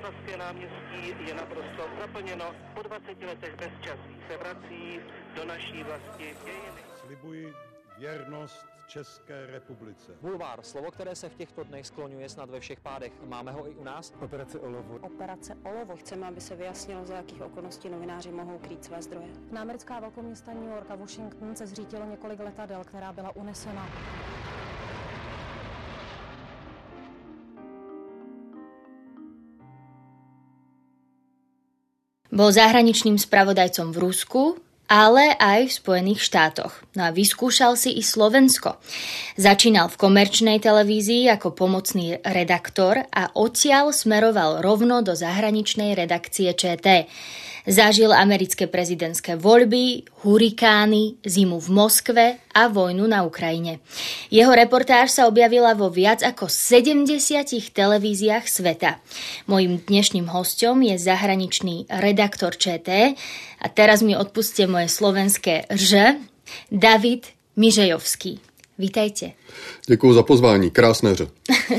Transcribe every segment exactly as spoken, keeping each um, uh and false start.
Václavské náměstí je naprosto zaplněno. Po dvaceti letech bezčasí se vrací do naší vlasti dějiny. Slibuji věrnost České republice. Bulvár, slovo, které se v těchto dnech skloňuje snad ve všech pádech. Máme ho i u nás? Operace Olovo. Operace Olovo. Chceme, aby se vyjasnilo, za jakých okolností novináři mohou krýt své zdroje. Na americká velkoměsta New York a Washington se zřítilo několik letadel, která byla unesena. Bol zahraničným spravodajcom v Rusku, ale aj v Spojených štátoch. No a vyskúšal si i Slovensko. Začínal v komerčnej televízii ako pomocný redaktor a odtiaľ smeroval rovno do zahraničnej redakcie Č T. Zažil americké prezidentské voľby, hurikány, zimu v Moskve a vojnu na Ukrajine. Jeho reportáž sa objavila vo viac ako sedemdesiatich televíziách sveta. Mojím dnešným hosťom je zahraničný redaktor Č T a teraz mi odpusťte moje slovenské ž, David Mižejovský. Vítajte. Děkuji za pozvání, krásné ře.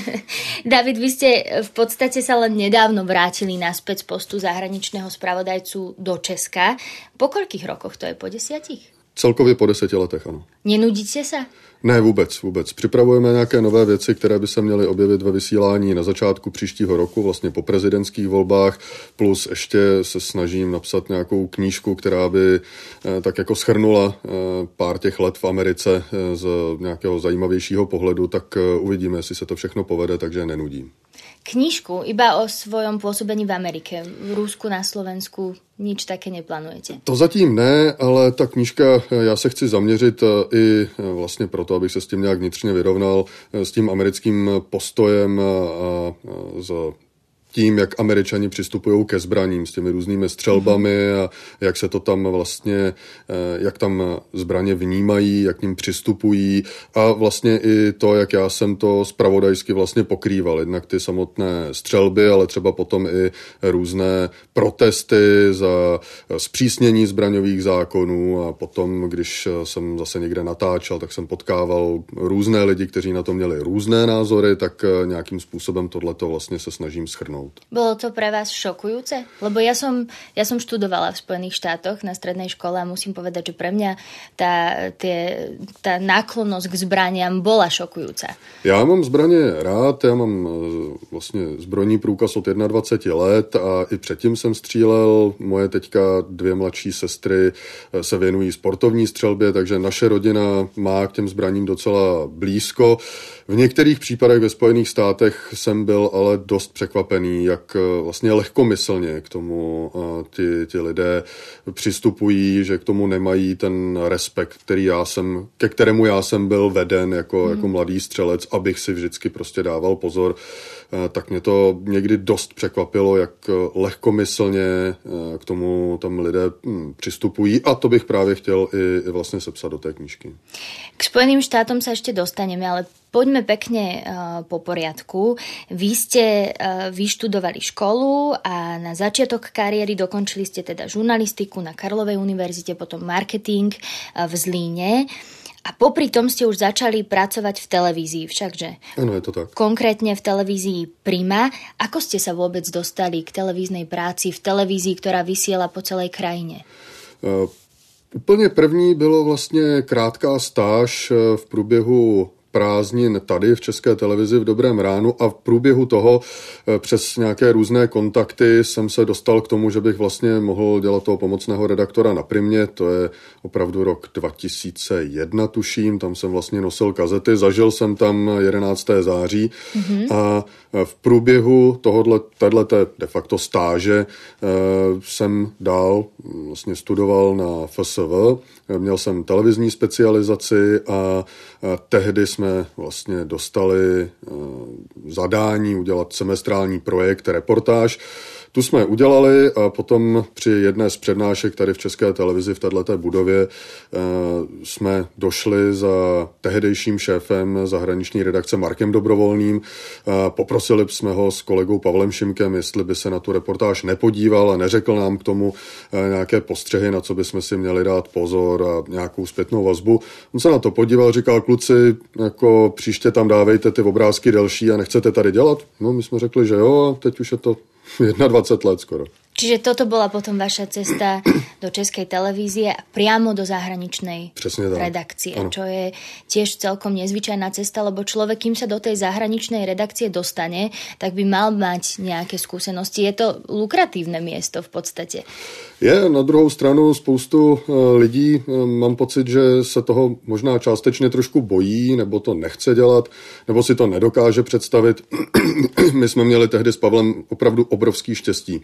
David, vy ste v podstate sa len nedávno vrátili naspäť z postu zahraničného spravodajcu do Česka. Po koľkých rokoch to je? Po desiatich? Celkově po deseti letech, ano. Nenudíte se? Ne, vůbec, vůbec. Připravujeme nějaké nové věci, které by se měly objevit ve vysílání na začátku příštího roku, vlastně po prezidentských volbách, plus ještě se snažím napsat nějakou knížku, která by tak jako shrnula pár těch let v Americe z nějakého zajímavějšího pohledu, tak uvidíme, jestli se to všechno povede, takže nenudím. Knížku iba o svojom pôsobení v Amerike, v Rusku, na Slovensku, nič také neplánujete? To zatím ne, ale ta knížka, já se chci zaměřit i vlastně proto, abych se s tím nějak vnitřně vyrovnal, s tím americkým postojem a s tím, jak Američani přistupují ke zbraním, s těmi různými střelbami a jak se to tam vlastně, jak tam zbraně vnímají, jak k ním přistupují a vlastně i to, jak já jsem to zpravodajsky vlastně pokrýval. Jednak ty samotné střelby, ale třeba potom i různé protesty za zpřísnění zbraňových zákonů a potom, když jsem zase někde natáčel, tak jsem potkával různé lidi, kteří na to měli různé názory, tak nějakým způsobem tohleto vlastně se snažím shrnout. Bolo to pre vás šokujúce? Lebo ja som, ja som študovala v Spojených štátoch na strednej škole a musím povedať, že pre mňa tá, tie, tá náklonnosť k zbraniam bola šokujúca. Já mám zbraně rád, já mám vlastně zbrojní průkaz od dvacet jedna let a i předtím jsem střílel. Moje teďka dvě mladší sestry se věnují sportovní střelbě, takže naše rodina má k těm zbraním docela blízko. V některých případech ve Spojených státech jsem byl ale dost překvapený, jak vlastně lehkomyslně k tomu ti, ti lidé přistupují, že k tomu nemají ten respekt, který já jsem, ke kterému já jsem byl veden jako, mm. jako mladý střelec, abych si vždycky prostě dával pozor. Tak mě to někdy dost překvapilo, jak lehkomyslně k tomu tam lidé přistupují a to bych právě chtěl i, i vlastně sepsat do té knížky. K Spojeným štátom sa ešte dostaneme, ale poďme pekne uh, po poriadku. Vy ste uh, vyštudovali školu a na začiatok kariéry dokončili ste teda žurnalistiku na Karlovej univerzite, potom marketing uh, v Zlíne. A popri tom ste už začali pracovať v televízii, všakže? Áno, je to tak. Konkrétne v televízii Prima. Ako ste sa vôbec dostali k televíznej práci v televízii, ktorá vysiela po celej krajine? Uh, úplně první bylo vlastně krátká stáž v průběhu prázdnin tady v České televizi v Dobrém ránu a v průběhu toho přes nějaké různé kontakty jsem se dostal k tomu, že bych vlastně mohl dělat toho pomocného redaktora na Primě, to je opravdu rok dva tisíce jedna tuším, tam jsem vlastně nosil kazety, zažil jsem tam jedenáctého září mm-hmm. a v průběhu tohohle, téhleté de facto stáže jsem dál vlastně studoval na F S V, měl jsem televizní specializaci a tehdy jsme vlastně dostali zadání udělat semestrální projekt, reportáž. Tu jsme udělali a potom při jedné z přednášek tady v České televizi v této budově jsme došli za tehdejším šéfem zahraniční redakce Markem Dobrovolným. Poprosili jsme ho s kolegou Pavlem Šimkem, jestli by se na tu reportáž nepodíval a neřekl nám k tomu nějaké postřehy, na co bychom si měli dát pozor a nějakou zpětnou vazbu. On se na to podíval, říkal, kluci, jako příště tam dávejte ty obrázky delší a nechcete tady dělat? No, my jsme řekli, že jo, a teď už je to dvacet jedna let skoro. Čiže toto bola potom vaša cesta do Českej televízie a priamo do zahraničnej redakcie, ano. Čo je tiež celkom nezvyčajná cesta, lebo človek, kým sa do tej zahraničnej redakcie dostane, tak by mal mať nejaké skúsenosti. Je to lukratívne miesto v podstate. Je, na druhou stranu spoustu lidí, mám pocit, že se toho možná částečně trošku bojí, nebo to nechce dělat, nebo si to nedokáže představit. My jsme měli tehdy s Pavlem opravdu obrovský štěstí.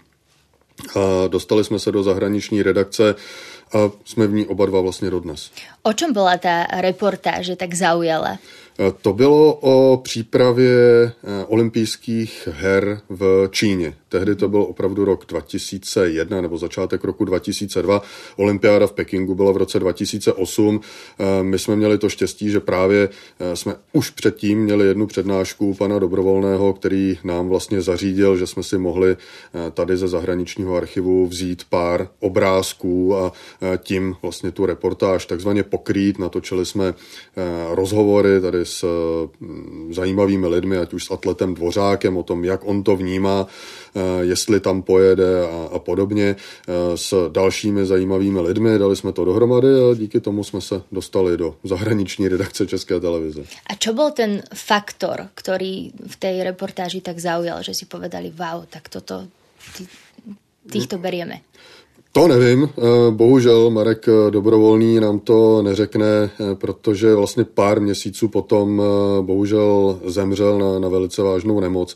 A dostali jsme se do zahraniční redakce a jsme v ní oba dva vlastně dodnes. O čem byla ta reportáž, že tak zaujala? To bylo o přípravě olympijských her v Číně. Tehdy to byl opravdu rok dva tisíce jedna nebo začátek roku dva tisíce dva. Olympiáda v Pekingu byla v roce dva tisíce osm. My jsme měli to štěstí, že právě jsme už předtím měli jednu přednášku pana Dobrovolného, který nám vlastně zařídil, že jsme si mohli tady ze zahraničního archivu vzít pár obrázků a tím vlastně tu reportáž takzvaně pokrýt. Natočili jsme rozhovory tady s zajímavými lidmi, ať už s atletem Dvořákem, o tom, jak on to vnímá, jestli tam pojede a, a podobně, s dalšími zajímavými lidmi. Dali jsme to dohromady a díky tomu jsme se dostali do zahraniční redakce České televize. A čo bol ten faktor, ktorý v tej reportáži tak zaujal, že si povedali, wow, tak toto, tý, týchto berieme? To nevím, bohužel Marek Dobrovolný nám to neřekne, protože vlastně pár měsíců potom bohužel zemřel na, na velice vážnou nemoc.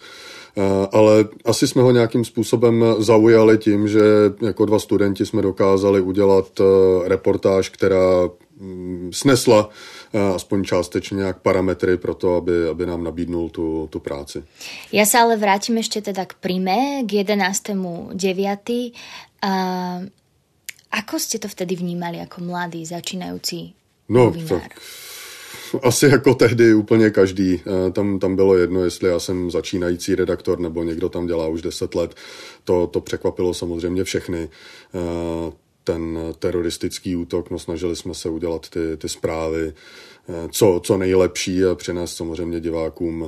Ale asi jsme ho nějakým způsobem zaujali tím, že jako dva studenti jsme dokázali udělat reportáž, která snesla aspoň částečně nějak parametry pro to, aby, aby nám nabídnul tu, tu práci. Ja sa ale vrátim ešte teda k príme, k jedenástemu deviateho A ako ste to vtedy vnímali jako mladý, začínajúci no, novinár? Tak asi jako tehdy úplně každý. Tam, tam bylo jedno, jestli já jsem začínající redaktor nebo někdo tam dělá už deset let. To, to překvapilo samozřejmě všechny. Ten teroristický útok, no snažili jsme se udělat ty, ty zprávy co, co nejlepší a přinést samozřejmě divákům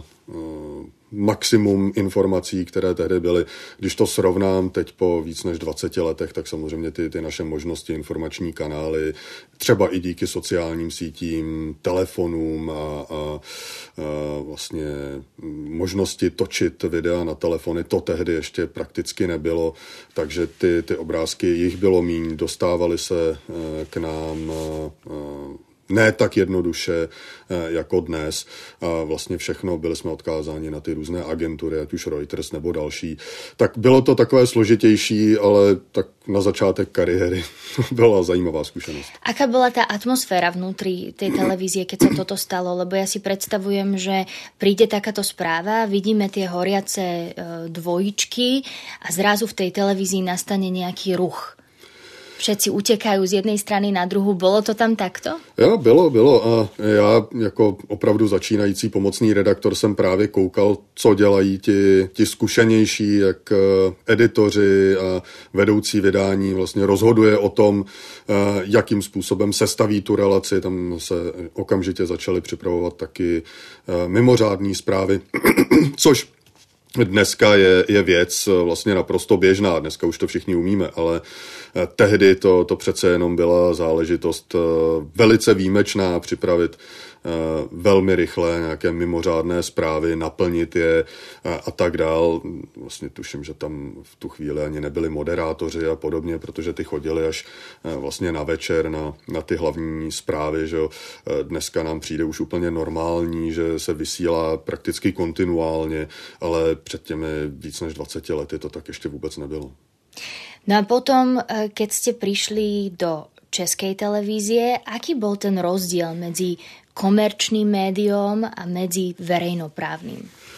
maximum informací, které tehdy byly. Když to srovnám teď po víc než dvaceti letech, tak samozřejmě ty, ty naše možnosti, informační kanály, třeba i díky sociálním sítím, telefonům a, a, a vlastně možnosti točit videa na telefony, to tehdy ještě prakticky nebylo, takže ty, ty obrázky, jich bylo míň, dostávaly se k nám ne tak jednoduše jako dnes. A vlastně všechno, byli jsme odkázáni na ty různé agentury, ať už Reuters nebo další. Tak bylo to takové složitější, ale tak na začátek kariéry byla zajímavá zkušenost. Aká byla ta atmosféra vnútri tej televízie, keď sa toto stalo? Lebo ja si predstavujem, že príde takáto správa, vidíme tie horiace dvojičky a zrazu v tej televízii nastane nejaký ruch. Všetci utekají z jedné strany na druhou. Bylo to tam takto? Jo, bylo, bylo. A já jako opravdu začínající pomocný redaktor jsem právě koukal, co dělají ti, ti zkušenější, jak editoři a vedoucí vydání vlastně rozhoduje o tom, jakým způsobem sestaví tu relaci. Tam se okamžitě začaly připravovat taky mimořádné zprávy, což dneska je, je věc vlastně naprosto běžná, dneska už to všichni umíme, ale tehdy to, to přece jenom byla záležitost velice výjimečná připravit velmi rychle nějaké mimořádné zprávy, naplnit je a, a tak dál. Vlastně tuším, že tam v tu chvíli ani nebyli moderátoři a podobně, protože ty chodili až vlastně na večer na, na ty hlavní zprávy. Že jo. Dneska nám přijde už úplně normální, že se vysílá prakticky kontinuálně, ale před těmi víc než dvaceti lety to tak ještě vůbec nebylo. No a potom, keď ste prišli do Českej televízie, aký bol ten rozdiel medzi komerčným médiom a medzi verejnoprávnym?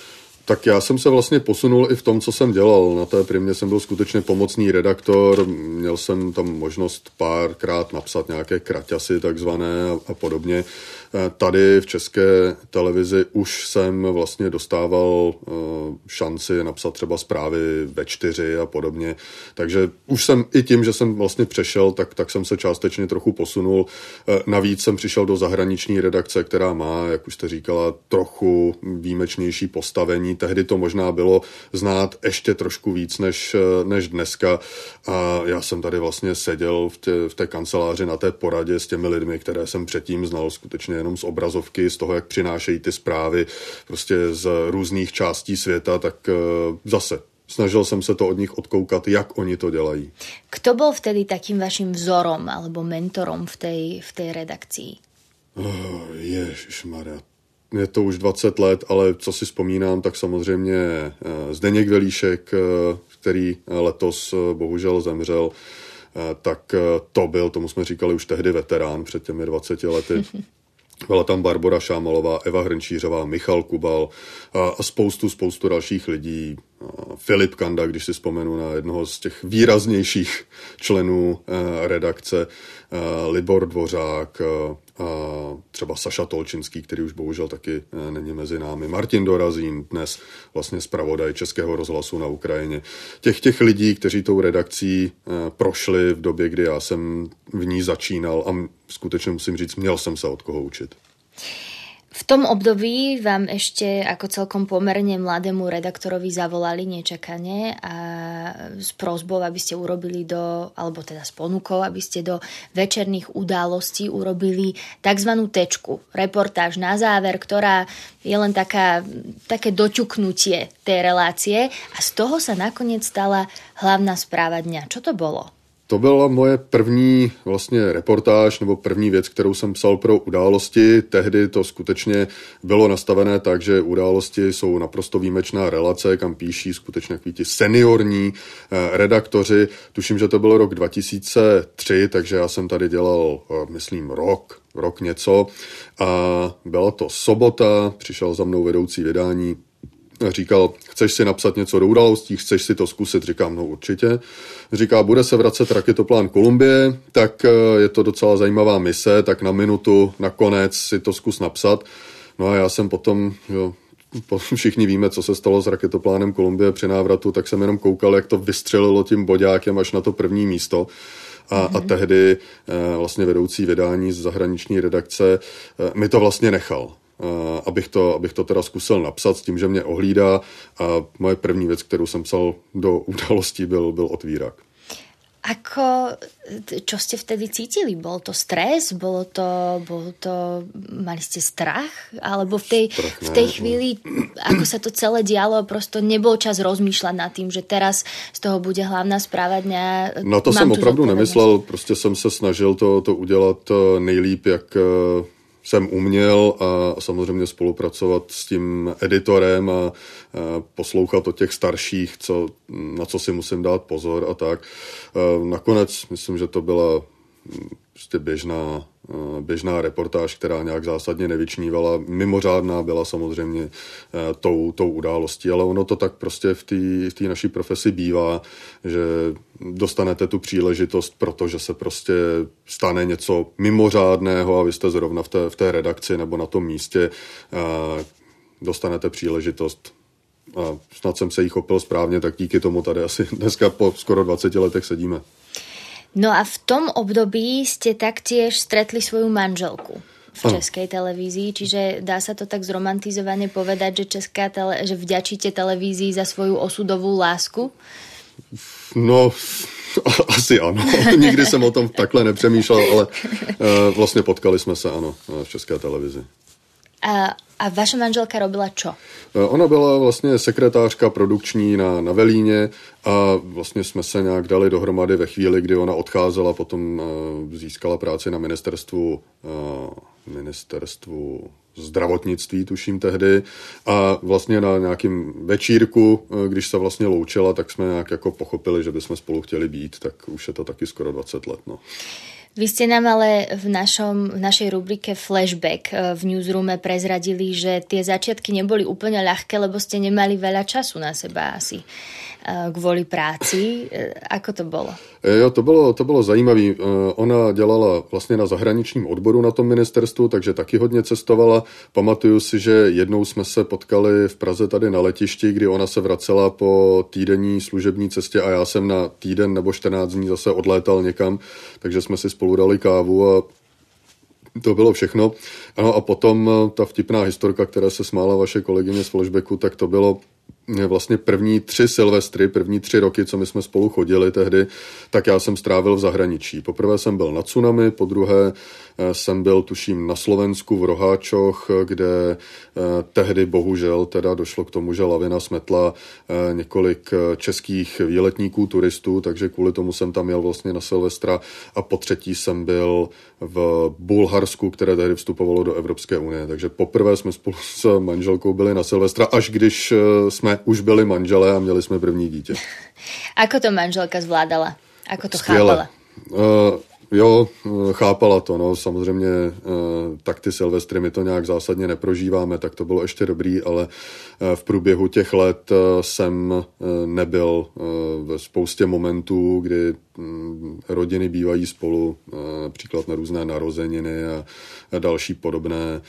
Tak já jsem se vlastně posunul i v tom, co jsem dělal. Na té Primě jsem byl skutečně pomocný redaktor, měl jsem tam možnost párkrát napsat nějaké kraťasy takzvané a, a podobně. Tady v České televizi už jsem vlastně dostával šanci napsat třeba zprávy ve čtyři a podobně. Takže už jsem i tím, že jsem vlastně přešel, tak, tak jsem se částečně trochu posunul. Navíc jsem přišel do zahraniční redakce, která má, jak už jste říkala, trochu výjimečnější postavení. Tehdy to možná bylo znát ještě trošku víc než, než dneska. A já jsem tady vlastně seděl v, tě, v té kanceláři na té poradě s těmi lidmi, které jsem předtím znal skutečně jenom z obrazovky, z toho, jak přinášejí ty zprávy prostě z různých částí světa, tak zase snažil jsem se to od nich odkoukat, jak oni to dělají. Kto bol vtedy takým vaším vzorom alebo mentorom v tej, v tej redakcii? Oh, ježišmarja. Je to už dvacet let, ale co si vzpomínám, tak samozřejmě Zdeněk Velíšek, který letos bohužel zemřel, tak to byl, tomu jsme říkali už tehdy veterán před těmi dvaceti lety. Byla tam Barbora Šámalová, Eva Hrnčířová, Michal Kubal a spoustu, spoustu dalších lidí. Filip Kanda, když si vzpomenu na jednoho z těch výraznějších členů redakce, Libor Dvořák, a třeba Saša Tolčinský, který už bohužel taky není mezi námi, Martin Dorazín, dnes vlastně zpravodaj Českého rozhlasu na Ukrajině. Těch těch lidí, kteří tou redakcí prošli v době, kdy já jsem v ní začínal a skutečně musím říct, měl jsem se od koho učit. V tom období vám ešte ako celkom pomerne mladému redaktorovi zavolali nečakane a s prosbou, aby ste urobili do, alebo teda s ponukou, aby ste do večerných událostí urobili takzvanú tečku, reportáž na záver, ktorá je len taká, také doťuknutie tej relácie a z toho sa nakoniec stala hlavná správa dňa. Čo to bolo? To byla moje první vlastně reportáž nebo první věc, kterou jsem psal pro Události. Tehdy to skutečně bylo nastavené tak, že Události jsou naprosto výjimečná relace, kam píší skutečně takový ti seniorní eh, redaktoři. Tuším, že to byl rok dva tisíce tři, takže já jsem tady dělal, eh, myslím, rok, rok něco. A byla to sobota, přišel za mnou vedoucí vydání, říkal, chceš si napsat něco do Událostí, chceš si to zkusit? Říkám, no určitě. Říká, bude se vracet raketoplán Kolumbie, tak je to docela zajímavá mise, tak na minutu nakonec si to zkus napsat. No a já jsem potom, jo, všichni víme, co se stalo s raketoplánem Kolumbie při návratu, tak jsem jenom koukal, jak to vystřelilo tím boďákem až na to první místo. A, mm-hmm. a tehdy eh, vlastně vedoucí vydání z zahraniční redakce eh, mi to vlastně nechal. Uh, abych, to, abych to teda zkusil napsat s tím, že mě ohlídá a moje první věc, kterou jsem psal do Událostí, byl, byl otvírak. Ako, čo ste vtedy cítili? Bol to stres? Bolo to, bolo to, mali ste strach? Alebo v tej, strach, v tej chvíli, ako sa to celé dialo, prosto nebol čas rozmýšľať nad tým, že teraz z toho bude hlavná správa dňa. Na to jsem opravdu nemyslel, prostě jsem se snažil to, to udělat nejlíp, jak jsem uměl a samozřejmě spolupracovat s tím editorem a poslouchat od těch starších, co, na co si musím dát pozor a tak. Nakonec myslím, že to byla prostě běžná, běžná reportáž, která nějak zásadně nevyčnívala. Mimořádná byla samozřejmě tou, tou událostí, ale ono to tak prostě v té v té naší profesi bývá, že dostanete tu příležitost, protože se prostě stane něco mimořádného a vy jste zrovna v té, v té redakci nebo na tom místě, dostanete příležitost. A snad jsem se jí chopil správně, tak díky tomu tady asi dneska po skoro dvaceti letech sedíme. No a v tom období ste taktiež stretli svoju manželku v ano. Českej televízii, čiže dá sa to tak zromantizovane povedať, že, česká tele, že vďačíte televízii za svoju osudovú lásku? No, asi ano. Nikdy jsem o tom takhle nepřemýšlel, ale vlastně potkali jsme se, ano, v České televizi. A, a vaša manželka robila čo? Ona byla vlastně sekretářka produkční na, na Velíně a vlastně jsme se nějak dali dohromady ve chvíli, kdy ona odcházela, potom uh, získala práci na ministerstvu, uh, ministerstvu zdravotnictví, tuším tehdy, a vlastně na nějakým večírku, když se vlastně loučila, tak jsme nějak jako pochopili, že bychom spolu chtěli být, tak už je to taky skoro dvacet let, no. Vy ste nám ale v, našom, v našej rubrike Flashback v Newsroome prezradili, že tie začiatky neboli úplne ľahké, lebo ste nemali veľa času na seba asi kvůli práci. Ako to bylo? Jo, to bylo, to bylo zajímavé. Ona dělala vlastně na zahraničním odboru na tom ministerstvu, takže taky hodně cestovala. Pamatuju si, že jednou jsme se potkali v Praze tady na letišti, kdy ona se vracela po týdenní služební cestě a já jsem na týden nebo čtrnáct dní zase odlétal někam, takže jsme si spolu dali kávu a to bylo všechno. Ano, a potom ta vtipná historka, která se smála vaše kolegyně z Flashbacku, tak to bylo vlastně první tři Silvestry, první tři roky, co my jsme spolu chodili tehdy, tak já jsem strávil v zahraničí. Poprvé jsem byl na Tsunami, po druhé jsem byl, tuším, na Slovensku v Roháčoch, kde tehdy bohužel teda došlo k tomu, že lavina smetla několik českých výletníků, turistů, takže kvůli tomu jsem tam jel vlastně na Silvestra a po třetí jsem byl v Bulharsku, které tehdy vstupovalo do Evropské unie. Takže poprvé jsme spolu s manželkou byli na Silvestra, až když jsme už byli manželé a měli jsme první dítě. Ako to manželka zvládala? Ako to Skvěle. chápala? Uh, jo, chápala to, no, samozřejmě uh, tak ty Silvestry my to nějak zásadně neprožíváme, tak to bylo ještě dobrý, ale uh, v průběhu těch let uh, jsem uh, nebyl uh, ve spoustě momentů, kdy um, rodiny bývají spolu, uh, například na různé narozeniny a, a další podobné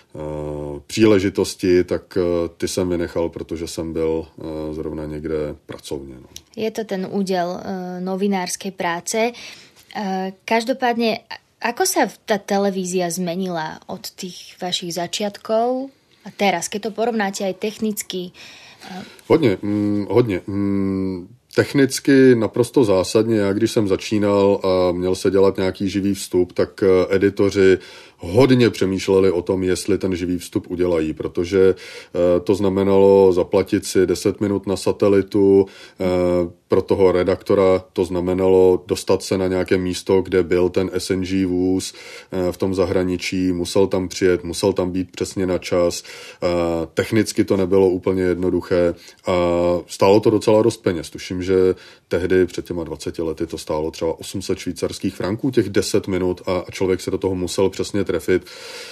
Uh, příležitosti, tak uh, ty jsem vynechal, protože jsem byl uh, zrovna někde pracovně. No. Je to ten úděl uh, novinárskej práce. Uh, každopádne, ako sa tá televízia zmenila od tých vašich začiatkov a teraz, keď to porovnáte aj technicky? Uh... Hodně, mm, hodně. Mm, technicky naprosto zásadně. Já když jsem začínal a měl se dělat nějaký živý vstup, tak uh, editoři hodně přemýšleli o tom, jestli ten živý vstup udělají, protože e, to znamenalo zaplatit si deset minut na satelitu, e, pro toho redaktora to znamenalo dostat se na nějaké místo, kde byl ten S N G vůz e, v tom zahraničí, musel tam přijet, musel tam být přesně na čas, e, technicky to nebylo úplně jednoduché a stálo to docela dost peněz. Tuším, že tehdy před těma dvaceti lety to stálo třeba osm set švýcarských franků, těch deset minut a člověk se do toho musel přesně trefit.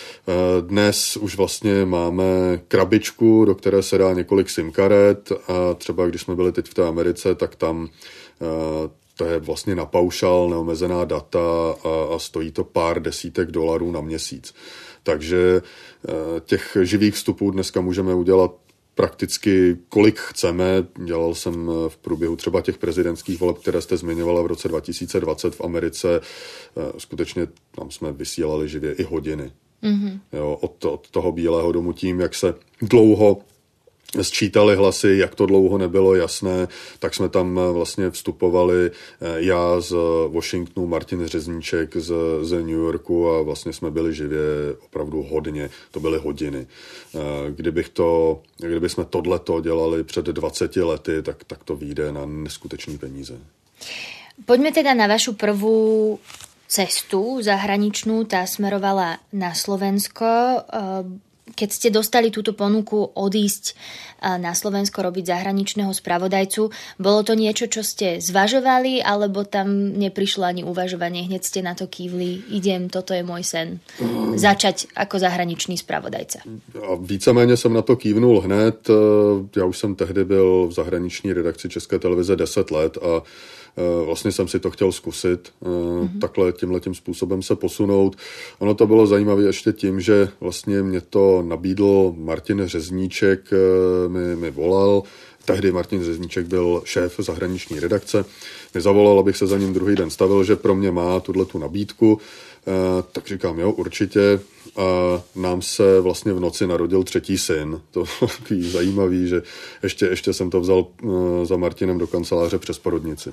Dnes už vlastně máme krabičku, do které se dá několik SIM karet a třeba když jsme byli teď v té Americe, tak tam to je vlastně na paušal, neomezená data a, a stojí to pár desítek dolarů na měsíc. Takže těch živých vstupů dneska můžeme udělat prakticky kolik chceme. Dělal jsem v průběhu třeba těch prezidentských voleb, které jste zmiňovala v roce dva tisíce dvacet v Americe. Skutečně tam jsme vysílali živě i hodiny. Mm-hmm. Jo, od, od toho Bílého domu tím, jak se dlouho sčítali hlasy, jak to dlouho nebylo jasné, tak jsme tam vlastně vstupovali já z Washingtonu, Martin Řezníček z, z New Yorku a vlastně jsme byli živě opravdu hodně, to byly hodiny. Kdybych to, kdyby jsme tohleto dělali před dvaceti lety, tak, tak to vyjde na neskutečné peníze. Poďme teda na vašu prvú cestu zahraničnú, tá smerovala na Slovensko. Keď ste dostali túto ponuku odísť na Slovensko robiť zahraničného spravodajcu, bolo to niečo, čo ste zvažovali, alebo tam neprišlo ani uvažovanie, hneď ste na to kývli, idem, toto je môj sen, začať ako zahraničný spravodajca? A víceméně jsem na to kývnul hned. Já už jsem tehdy byl v zahraniční redakci České televize deset let a vlastně jsem si to chtěl zkusit, mm-hmm. takhle tímhletím způsobem se posunout. Ono to bylo zajímavé ještě tím, že vlastně mě to nabídl Martin Řezníček, mi, mi volal. Tehdy Martin Řezníček byl šéf zahraniční redakce. Mi zavolal, abych se za ním druhý den stavil, že pro mě má tuhletu nabídku. Tak říkám, jo, určitě. A nám se vlastně v noci narodil třetí syn. To bylo takový zajímavý, že ještě, ještě jsem to vzal za Martinem do kanceláře přes porodnici.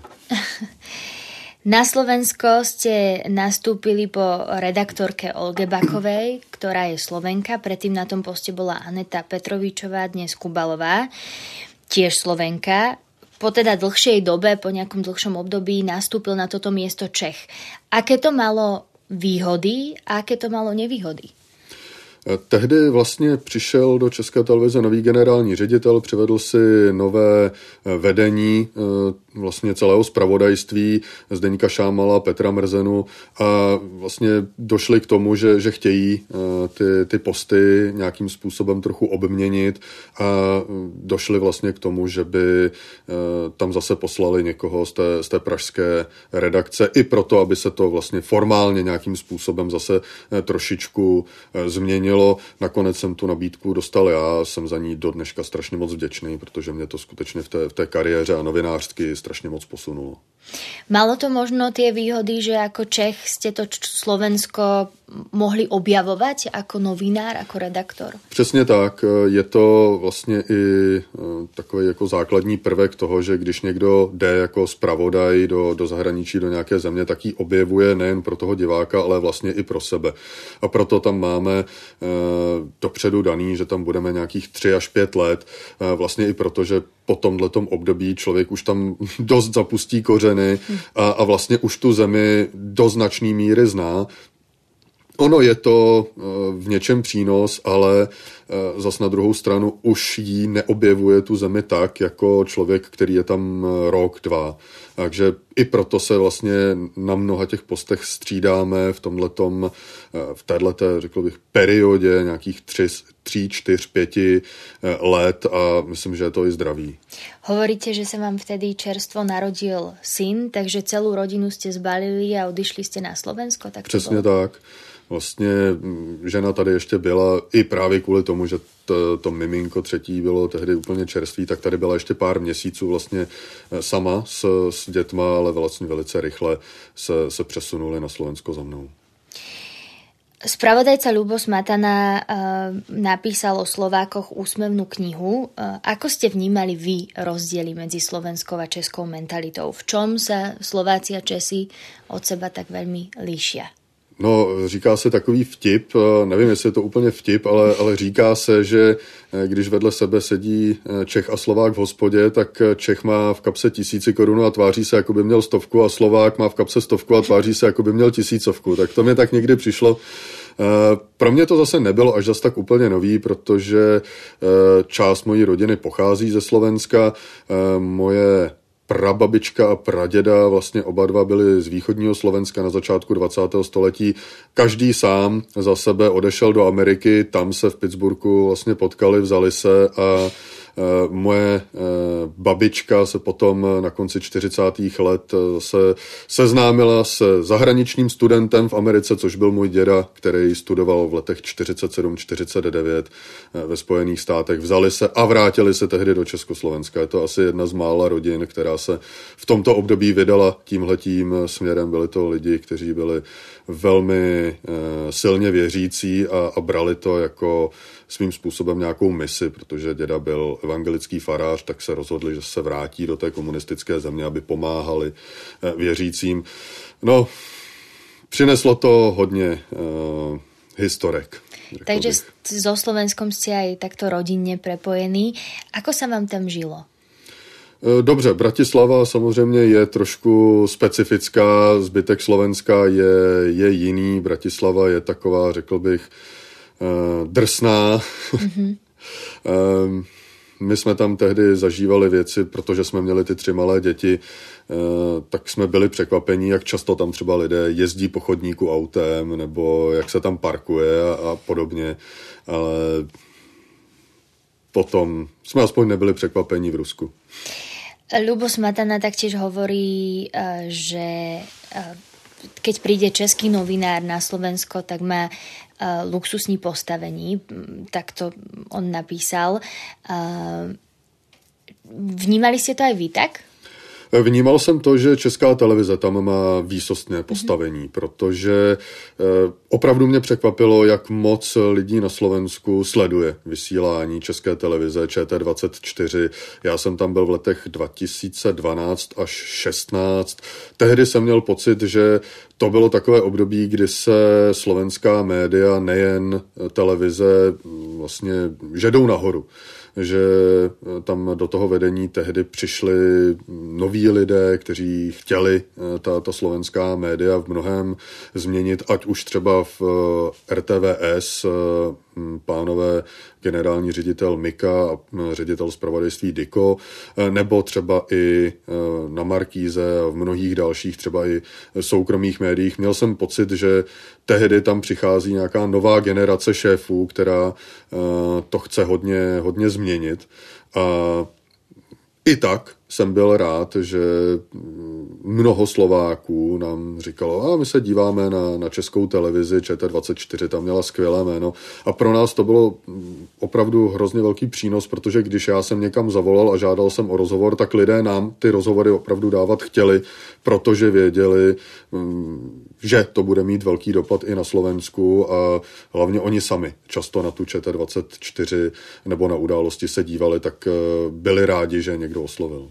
Na Slovensko ste nastúpili po redaktorke Olge Bakovej, ktorá je Slovenka. Predtým na tom poste bola Aneta Petrovičová, dnes Kubalová, tiež Slovenka. Po teda dlhšej dobe, po nejakom dlhšom období nastúpil na toto miesto Čech. Aké to malo výhody a aké to malo nevýhody? Tehdy vlastně přišel do České televize nový generální ředitel, přivedl si nové vedení vlastně celého zpravodajství Zdeňka Šámala, Petra Mrzenu a vlastně došli k tomu, že, že chtějí ty, ty posty nějakým způsobem trochu obměnit a došli vlastně k tomu, že by tam zase poslali někoho z té, z té pražské redakce i proto, aby se to vlastně formálně nějakým způsobem zase trošičku změnilo. Nakonec jsem tu nabídku dostal já, jsem za ní do dneška strašně moc vděčný, protože mě to skutečně v té, v té kariéře a novinářsky strašně moc posunulo. Malo to možno tie výhody, že ako Čech ste to Slovensko mohli objavovať ako novinár, ako redaktor? Přesně tak. Je to vlastně i takový jako základní prvek toho, že když někdo jde jako zpravodaj do, do zahraničí, do nějaké země, tak ji objevuje nejen pro toho diváka, ale vlastně i pro sebe. A proto tam máme e, dopředu daný, že tam budeme nějakých tři až pět let. E, vlastně i proto, že po tomhletom období člověk už tam dost zapustí kořeny a, a vlastně už tu zemi do značné míry zná. Ono je to v něčem přínos, ale zas na druhou stranu už jí neobjevuje tu zemi tak, jako člověk, který je tam rok, dva. Takže i proto se vlastně na mnoha těch postech střídáme v tomhletom, v téhleté, řekl bych, periodě nějakých tři, tři, čtyř, pěti let a myslím, že je to i zdravý. Hovoríte, že sa vám vtedy čerstvo narodil syn, takže celú rodinu ste zbalili a odišli ste na Slovensko? Tak Přesně tak. Vlastně žena tady ještě byla i právě kvůli tomu, že to, to miminko třetí bylo tehdy úplně čerstvý, tak tady byla ještě pár měsíců vlastně sama s, s dětma, ale vlastně velice rychle se, se přesunuli na Slovensko za mnou. Spravodajca Ľubo Smatana uh, napísal o Slovákoch úsmevnú knihu. Uh, ako ste vnímali vy rozdiely medzi slovenskou a českou mentalitou? V čom sa Slováci a Česi od seba tak veľmi líšia? No, říká se takový vtip, nevím, jestli je to úplně vtip, ale, ale říká se, že když vedle sebe sedí Čech a Slovák v hospodě, tak Čech má v kapse tisíci korun a tváří se, jako by měl stovku a Slovák má v kapse stovku a tváří se, jako by měl tisícovku. Tak to mi tak někdy přišlo. Pro mě to zase nebylo až zas tak úplně nový, protože část mojí rodiny pochází ze Slovenska. Moje prababička a praděda, vlastně oba dva byli z východního Slovenska na začátku dvacátého století. Každý sám za sebe odešel do Ameriky, tam se v Pittsburghu vlastně potkali, vzali se a moje babička se potom na konci čtyřicátých let se seznámila s zahraničním studentem v Americe, což byl můj děda, který studoval v letech čtyřicet sedm čtyřicet devět ve Spojených státech. Vzali se a vrátili se tehdy do Československa. Je to asi jedna z mála rodin, která se v tomto období vydala tímhletím směrem. Byli to lidi, kteří byli velmi silně věřící a, a brali to jako svým způsobem nějakou misi, protože děda byl evangelický farář, tak se rozhodli, že se vrátí do té komunistické země, aby pomáhali věřícím. No, přineslo to hodně uh, historek. Takže bych. So Slovenskom ste aj takto rodinne prepojení. Ako sa vám tam žilo? Dobře, Bratislava samozřejmě je trošku specifická, zbytek Slovenska je, je jiný. Bratislava je taková, řekl bych, drsná. Mm-hmm. My jsme tam tehdy zažívali věci, protože jsme měli ty tři malé děti, tak jsme byli překvapení, jak často tam třeba lidé jezdí po chodníku autem, nebo jak se tam parkuje a, a podobně. Ale potom jsme aspoň nebyli překvapení v Rusku. Ľubo Smatana taktiež hovorí, že keď príde český novinár na Slovensko, tak má luxusní postavení, tak to on napísal. Vnímali ste to aj vy tak? Vnímal jsem to, že Česká televize tam má výsostné postavení, mm-hmm. protože opravdu mě překvapilo, jak moc lidí na Slovensku sleduje vysílání České televize Č T dvacet čtyři. Já jsem tam byl v letech dva tisíce dvanáct až šestnáct. Tehdy jsem měl pocit, že to bylo takové období, kdy se slovenská média, nejen televize, vlastně žedou nahoru. Že tam do toho vedení tehdy přišli noví lidé, kteří chtěli ta, ta slovenská média v mnohém změnit, ať už třeba v R T V S pánové generální ředitel Mika a ředitel zpravodajství Diko, nebo třeba i na Markíze a v mnohých dalších třeba i soukromých médiích. Měl jsem pocit, že tehdy tam přichází nějaká nová generace šéfů, která to chce hodně, hodně změnit. A i tak jsem byl rád, že mnoho Slováků nám říkalo, a my se díváme na, na českou televizi, Č T dvacet čtyři, tam měla skvělé jméno. A pro nás to bylo opravdu hrozně velký přínos, protože když já jsem někam zavolal a žádal jsem o rozhovor, tak lidé nám ty rozhovory opravdu dávat chtěli, protože věděli, že to bude mít velký dopad i na Slovensku a hlavně oni sami často na tu Č T dvacet čtyři nebo na Události se dívali, tak byli rádi, že někdo oslovil.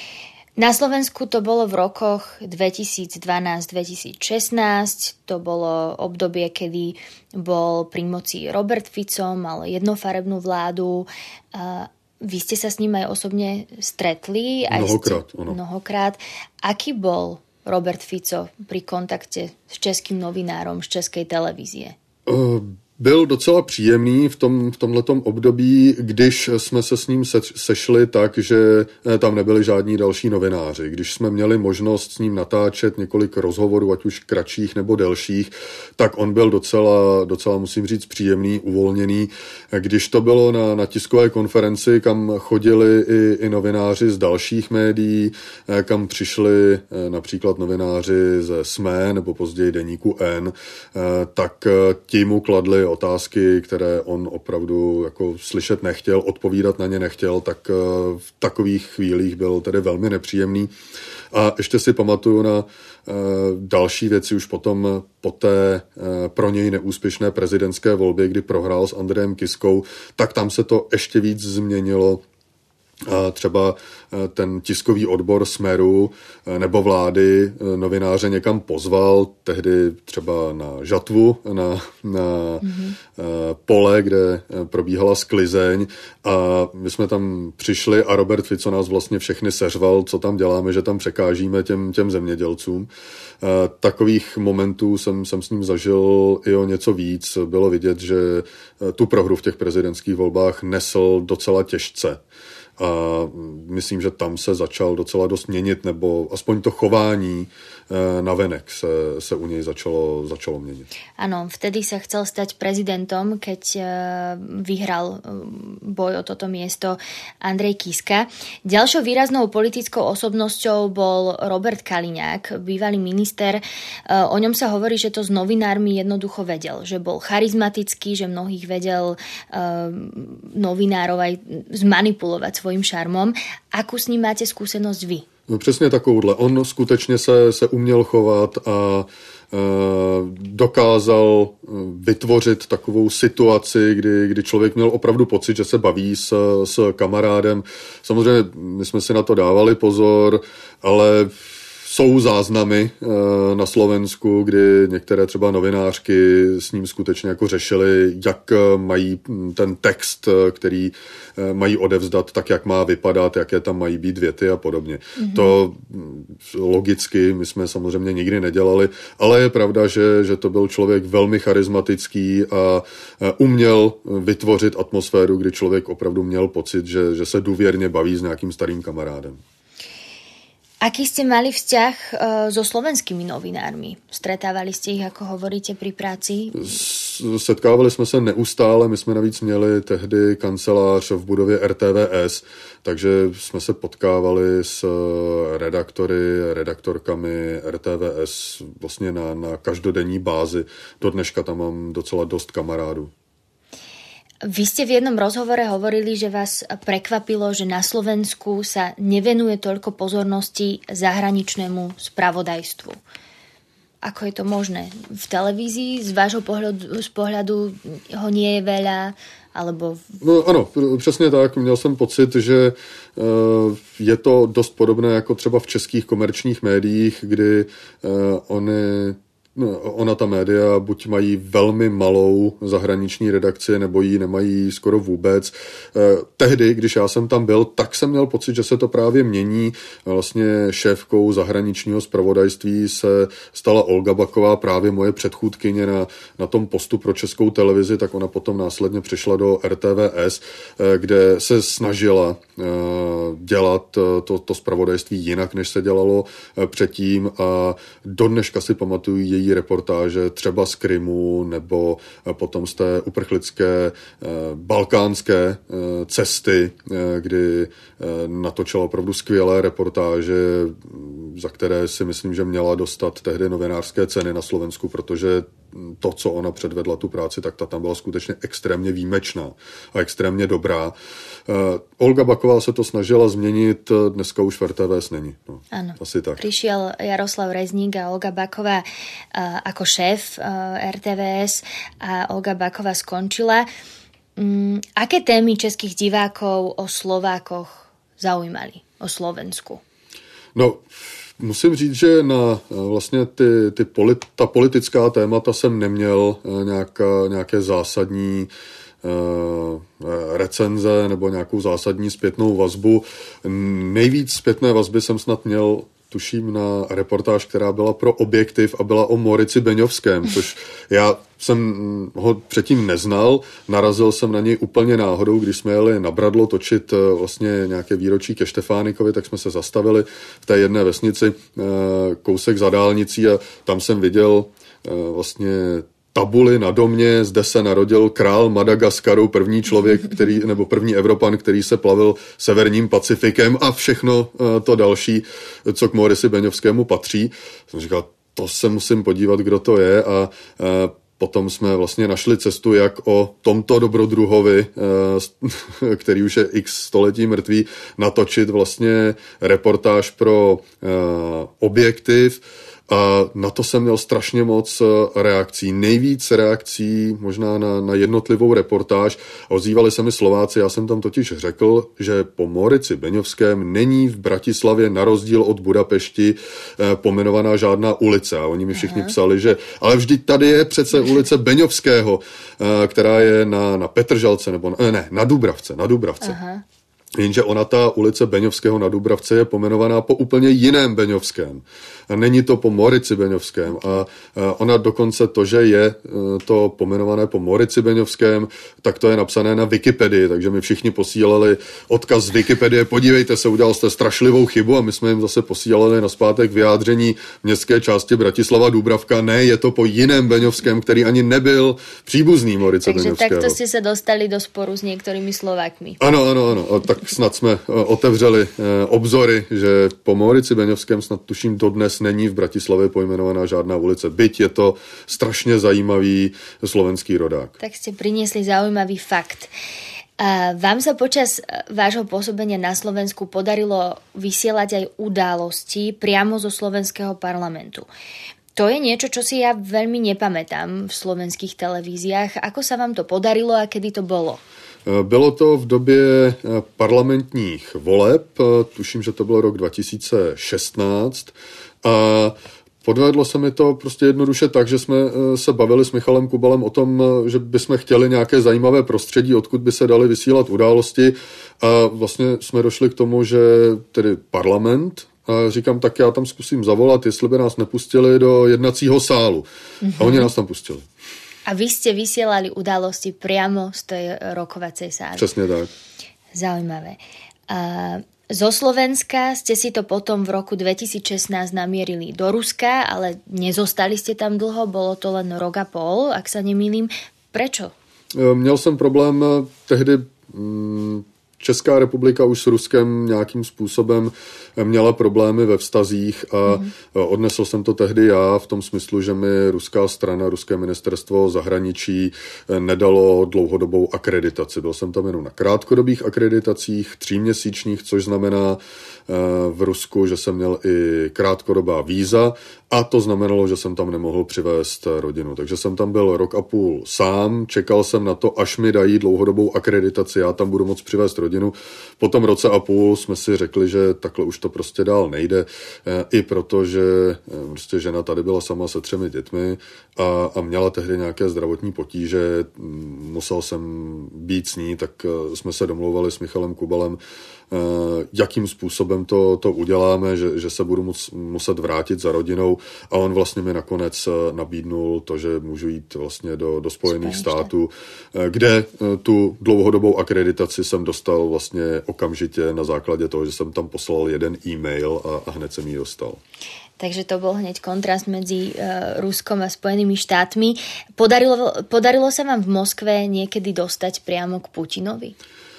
Na Slovensku to bolo v rokoch dvetisícdvanásť dvetisícšestnásť, to bolo obdobie, kedy bol pri moci Robert Fico, mal jednofarebnú vládu. Vy ste sa s ním aj osobne stretli? Aj mnohokrát, ste... Mnohokrát. Aký bol Robert Fico pri kontakte s českým novinárom z českej televízie? Uh... Byl docela příjemný v, tom, v tomhletom období, když jsme se s ním se, sešli tak, že tam nebyli žádní další novináři. Když jsme měli možnost s ním natáčet několik rozhovorů, ať už kratších nebo delších, tak on byl docela, docela musím říct, příjemný, uvolněný. Když to bylo na, na tiskové konferenci, kam chodili i, i novináři z dalších médií, kam přišli například novináři ze S M E nebo později deníku N, tak ti mu kladli otázky, které on opravdu jako slyšet nechtěl, odpovídat na ně nechtěl, tak v takových chvílích byl tedy velmi nepříjemný. A ještě si pamatuju na další věci už potom po té pro něj neúspěšné prezidentské volbě, kdy prohrál s Andrejem Kiskou, tak tam se to ještě víc změnilo. Třeba ten tiskový odbor Smeru nebo vlády novináře někam pozval, tehdy třeba na žatvu, na, na mm-hmm. pole, kde probíhala sklizeň a my jsme tam přišli a Robert Fico nás vlastně všechny seřval, co tam děláme, že tam překážíme těm, těm zemědělcům. Takových momentů jsem, jsem s ním zažil i o něco víc. Bylo vidět, že tu prohru v těch prezidentských volbách nesl docela těžce. A myslím, že tam se začal docela dost měnit, nebo aspoň to chování navenek se, se u něj začalo, začalo měnit. Áno, vtedy sa chcel stať prezidentom, keď vyhral boj o toto miesto Andrej Kiska. Ďalšou výraznou politickou osobnosťou bol Robert Kaliňák, bývalý minister. O ňom sa hovorí, že to s novinármi jednoducho vedel, že bol charizmatický, že mnohých vedel novinárov aj zmanipulovať svojím šarmom. Akú s ním máte skúsenosť vy? No přesně takovouhle. On skutečně se, se uměl chovat a e, dokázal vytvořit takovou situaci, kdy, kdy člověk měl opravdu pocit, že se baví s, s kamarádem. Samozřejmě my jsme si na to dávali pozor, ale jsou záznamy na Slovensku, kdy některé třeba novinářky s ním skutečně jako řešily, jak mají ten text, který mají odevzdat, tak jak má vypadat, jaké tam mají být věty a podobně. Mm-hmm. To logicky my jsme samozřejmě nikdy nedělali, ale je pravda, že, že to byl člověk velmi charismatický a uměl vytvořit atmosféru, kdy člověk opravdu měl pocit, že, že se důvěrně baví s nějakým starým kamarádem. Aký ste mali vzťah uh, so slovenskými novinármi? Stretávali ste ich, ako hovoríte, pri práci? Setkávali jsme se neustále, my jsme navíc měli tehdy kancelář v budově R T V S, takže jsme se potkávali s redaktory, redaktorkami R T V S vlastně na, na každodenní bázi. Do dneška tam mám docela dost kamarádů. Vy ste v jednom rozhovore hovorili, že vás prekvapilo, že na Slovensku sa nevenuje toľko pozornosti zahraničnému spravodajstvu. Ako je to možné? V televízii z vášho pohľadu, z pohľadu ho nie je veľa? Alebo... No ano, přesně tak. Měl jsem pocit, že je to dost podobné jako třeba v českých komerčních médiích, kdy oni ona ta média buď mají velmi malou zahraniční redakci, nebo ji nemají skoro vůbec. Tehdy, když já jsem tam byl, tak jsem měl pocit, že se to právě mění. Vlastně šéfkou zahraničního zpravodajství se stala Olga Baková, právě moje předchůdkyně na, na tom postu pro Českou televizi, tak ona potom následně přešla do R T V S, kde se snažila dělat to, to zpravodajství jinak, než se dělalo předtím, a do dneška si pamatuju její reportáže třeba z Krymu nebo potom z té uprchlické balkánské cesty, kdy natočila opravdu skvělé reportáže, za které si myslím, že měla dostat tehdy novinářské ceny na Slovensku, protože to, co ona předvedla tu práci, tak ta tam byla skutečně extrémně výjimečná a extrémně dobrá. Olga Baková se to snažila změnit, dneska už v R T V S není. No, ano. Asi tak. Prišiel Jaroslav Rezník a Olga Baková uh, ako šéf uh, R T V S a Olga Baková skončila. Um, aké témy českých divákov o Slovákoch zaujímali? O Slovensku? No, musím říct, že na vlastně ty, ty polit, ta politická témata jsem neměl nějaká, nějaké zásadní recenze nebo nějakou zásadní zpětnou vazbu. Nejvíc zpětné vazby jsem snad měl, tuším, na reportáž, která byla pro Objektiv a byla o Morici Beňovském, což já jsem ho předtím neznal, narazil jsem na něj úplně náhodou, když jsme jeli na Bradlo točit vlastně nějaké výročí ke Štefánikovi, tak jsme se zastavili v té jedné vesnici kousek za dálnicí a tam jsem viděl vlastně tabuli na domě, zde se narodil král Madagaskaru, první člověk, který, nebo první Evropan, který se plavil severním Pacifikem a všechno to další, co k Morisi Beňovskému patří. Jsem říkal, to se musím podívat, kdo to je, a potom jsme vlastně našli cestu, jak o tomto dobrodruhovi, který už je x století mrtvý, natočit vlastně reportáž pro Objektiv. A na to jsem měl strašně moc reakcí. Nejvíc reakcí možná na, na jednotlivou reportáž. Ozývali se mi Slováci, já jsem tam totiž řekl, že po Morici Beňovském není v Bratislavě na rozdíl od Budapešti eh, pomenovaná žádná ulice. A oni mi všichni Aha. psali, že ale vždyť tady je přece ulice Beňovského, eh, která je na, na Petržalce, nebo eh, ne, na Dubravce, na Dubravce. Aha. Jenže ona, ta ulice Beňovského na Dubravce, je pomenovaná po úplně jiném Beňovském. A není to po Morici Beňovském. A ona dokonce to, že je to pomenované po Morici Beňovském, tak to je napsané na Wikipedii, takže mi všichni posílali odkaz z Wikipedie. Podívejte se, udělal jste strašlivou chybu, a my jsme jim zase posílali nazpátek vyjádření městské části Bratislava Dubravka. Ne, je to po jiném Beňovském, který ani nebyl příbuzný Morice takže Beňovského. Takže takto ste sa dostali do sporu s niektorými Slovákmi. Ano, ano, ano. A tak snad jsme otevřeli obzory, že po Morici Beňovském snad tuším dodnes není v Bratislavě pojmenovaná žádná ulice. Byť je to strašně zajímavý slovenský rodák. Tak ste priniesli zaujímavý fakt. Vám sa počas vášho pôsobenia na Slovensku podarilo vysielať aj události priamo zo slovenského parlamentu. To je niečo, čo si ja veľmi nepamätám v slovenských televíziách. Ako sa vám to podarilo a kedy to bolo? Bylo to v době parlamentních voleb, tuším, že to byl rok dva tisíce šestnáct, a podvedlo se mi to prostě jednoduše tak, že jsme se bavili s Michalem Kubalem o tom, že bychom chtěli nějaké zajímavé prostředí, odkud by se daly vysílat události, a vlastně jsme došli k tomu, že tedy parlament, a říkám, tak já tam zkusím zavolat, jestli by nás nepustili do jednacího sálu. Mm-hmm. A oni nás tam pustili. A vy ste vysielali udalosti priamo z tej rokovacej sály. Přesně tak. Zaujímavé. A zo Slovenska ste si to potom v roku dvetisícšestnásť namierili do Ruska, ale nezostali ste tam dlho, bolo to len rok a pol, ak sa nemýlim. Prečo? Měl jsem problém tehdy... Česká republika už s Ruskem nějakým způsobem měla problémy ve vztazích a mm. odnesl jsem to tehdy já v tom smyslu, že mi ruská strana, ruské ministerstvo zahraničí nedalo dlouhodobou akreditaci. Byl jsem tam jenom na krátkodobých akreditacích, tříměsíčních, což znamená v Rusku, že jsem měl i krátkodobá víza, A to znamenalo, že jsem tam nemohl přivést rodinu. Takže jsem tam byl rok a půl sám, čekal jsem na to, až mi dají dlouhodobou akreditaci, já tam budu moct přivést rodinu. Po tom roce a půl jsme si řekli, že takhle už to prostě dál nejde, i protože prostě žena tady byla sama se třemi dětmi a, a měla tehdy nějaké zdravotní potíže, musel jsem být s ní, tak jsme se domlouvali s Michalem Kubalem, jakým způsobem to, to uděláme, že, že se budu mus, muset vrátit za rodinou a on vlastně mi nakonec nabídnul to, že můžu jít vlastně do, do Spojených států, kde tu dlouhodobou akreditaci jsem dostal vlastně okamžitě na základě toho, že jsem tam poslal jeden e-mail a, a hned jsem ji dostal. Takže to bol hneď kontrast medzi uh, Ruskom a Spojenými štátmi. Podarilo, podarilo sa vám v Moskve niekedy dostať priamo k Putinovi?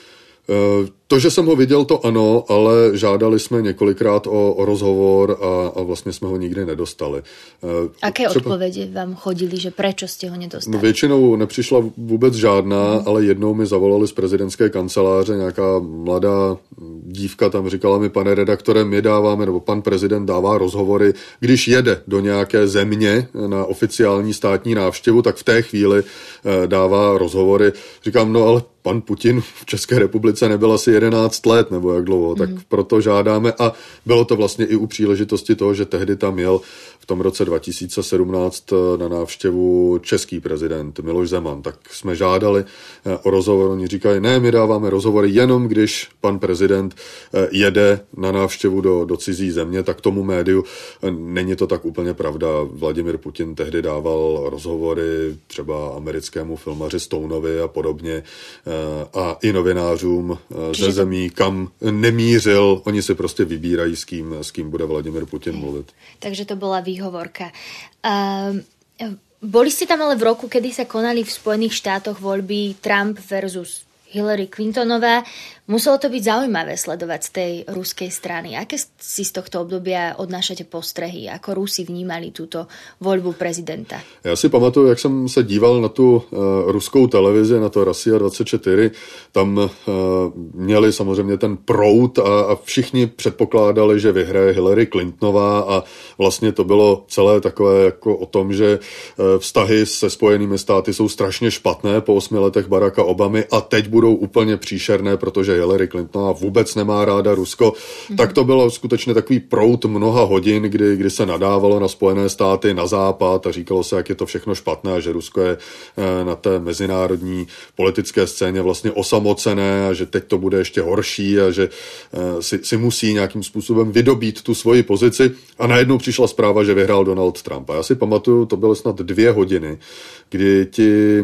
To, že jsem ho viděl, to ano, ale žádali jsme několikrát o, o rozhovor a, a vlastně jsme ho nikdy nedostali. Aké Třeba... odpovědi vám chodili, že prečo jste ho nedostali? No, většinou nepřišla vůbec žádná, hmm. ale jednou mi zavolali z prezidentské kanceláře nějaká mladá dívka, tam říkala mi, pane redaktore, my dáváme, nebo pan prezident dává rozhovory, když jede do nějaké země na oficiální státní návštěvu, tak v té chvíli dává rozhovory. Říkám, no ale pan Putin v České republice nebyl asi jedenáct let, nebo jak dlouho, tak mm. proto žádáme a bylo to vlastně i u příležitosti toho, že tehdy tam jel v tom roce dva tisíce sedmnáct na návštěvu český prezident Miloš Zeman, tak jsme žádali o rozhovor, oni říkají, ne, my dáváme rozhovory jenom, když pan prezident jede na návštěvu do, do cizí země, tak tomu médiu není to tak úplně pravda. Vladimir Putin tehdy dával rozhovory třeba americkému filmaři Stoneovi a podobně a i novinářům ze zemí, kam nemířil, oni si prostě vybírají, s kým, s kým bude Vladimír Putin mluvit. Takže to bola výhovorka. Uh, boli ste tam ale v roku, kedy sa konali v Spojených štátoch voľby Trump versus Hillary Clintonová. Muselo to byť zaujímavé sledovať z tej ruskej strany. Aké si z tohto obdobia odnášate postrehy? Ako Rusi vnímali túto voľbu prezidenta? Já si pamatuju, jak jsem se díval na tu uh, ruskou televizi, na to Russia dvacet čtyři. Tam uh, měli samozřejmě ten proud a, a všichni předpokládali, že vyhraje Hillary Clintonová a vlastně to bylo celé takové jako o tom, že uh, vztahy se Spojenými státy jsou strašně špatné po osmi letech Baracka Obamy a teď budou úplně příšerné, protože Hillary Clintonová vůbec nemá ráda Rusko, mm-hmm. tak to bylo skutečně takový proud mnoha hodin, kdy, kdy se nadávalo na Spojené státy, na západ a říkalo se, jak je to všechno špatné a že Rusko je na té mezinárodní politické scéně vlastně osamocené a že teď to bude ještě horší a že si, si musí nějakým způsobem vydobít tu svoji pozici a najednou přišla zpráva, že vyhrál Donald Trump. A já si pamatuju, to bylo snad dvě hodiny, kdy ti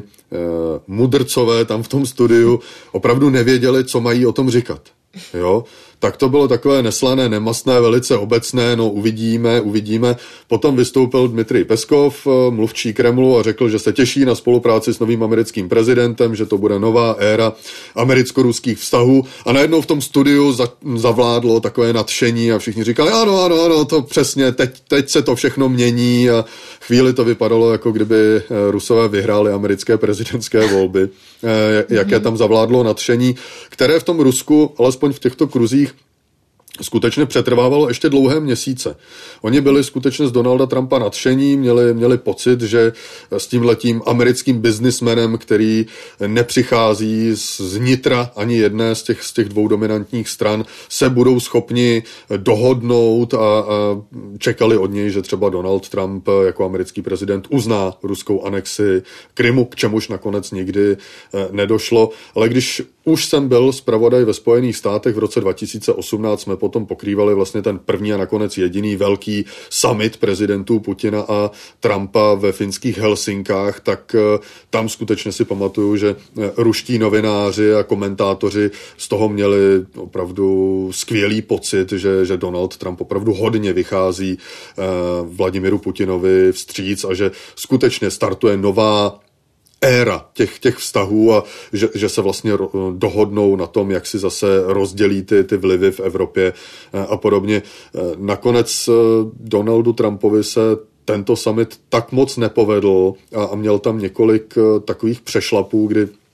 mudrcové tam v tom studiu opravdu nevěděli, co mají o tom říkat. Jo? Tak to bylo takové neslané, nemastné, velice obecné, no uvidíme, uvidíme. Potom vystoupil Dmitrij Peskov, mluvčí Kremlu, a řekl, že se těší na spolupráci s novým americkým prezidentem, že to bude nová éra americko-ruských vztahů a najednou v tom studiu za, zavládlo takové nadšení a všichni říkali, ano, ano, ano, to přesně, teď, teď se to všechno mění a chvíli to vypadalo, jako kdyby Rusové vyhráli americké prezidentské volby. Jaké tam zavládlo nadšení, které v tom Rusku, alespoň v těchto kruzích, skutečně přetrvávalo ještě dlouhé měsíce. Oni byli skutečně z Donalda Trumpa nadšení, měli, měli pocit, že s tímhletím americkým biznismenem, který nepřichází z nitra ani jedné z těch, z těch dvou dominantních stran, se budou schopni dohodnout a, a čekali od něj, že třeba Donald Trump jako americký prezident uzná ruskou anexi Krymu, k čemuž nakonec nikdy nedošlo. Ale když už jsem byl zpravodaj ve Spojených státech v roce dva tisíce osmnáct, jsme potom pokrývali vlastně ten první a nakonec jediný velký summit prezidentů Putina a Trumpa ve finských Helsinkách, tak tam skutečně si pamatuju, že ruští novináři a komentátoři z toho měli opravdu skvělý pocit, že, že Donald Trump opravdu hodně vychází eh, Vladimiru Putinovi vstříc a že skutečně startuje nová éra těch, těch vztahů a že, že se vlastně dohodnou na tom, jak si zase rozdělí ty, ty vlivy v Evropě a podobně. Nakonec Donaldu Trumpovi se tento summit tak moc nepovedl a, a měl tam několik takových přešlapů, kdy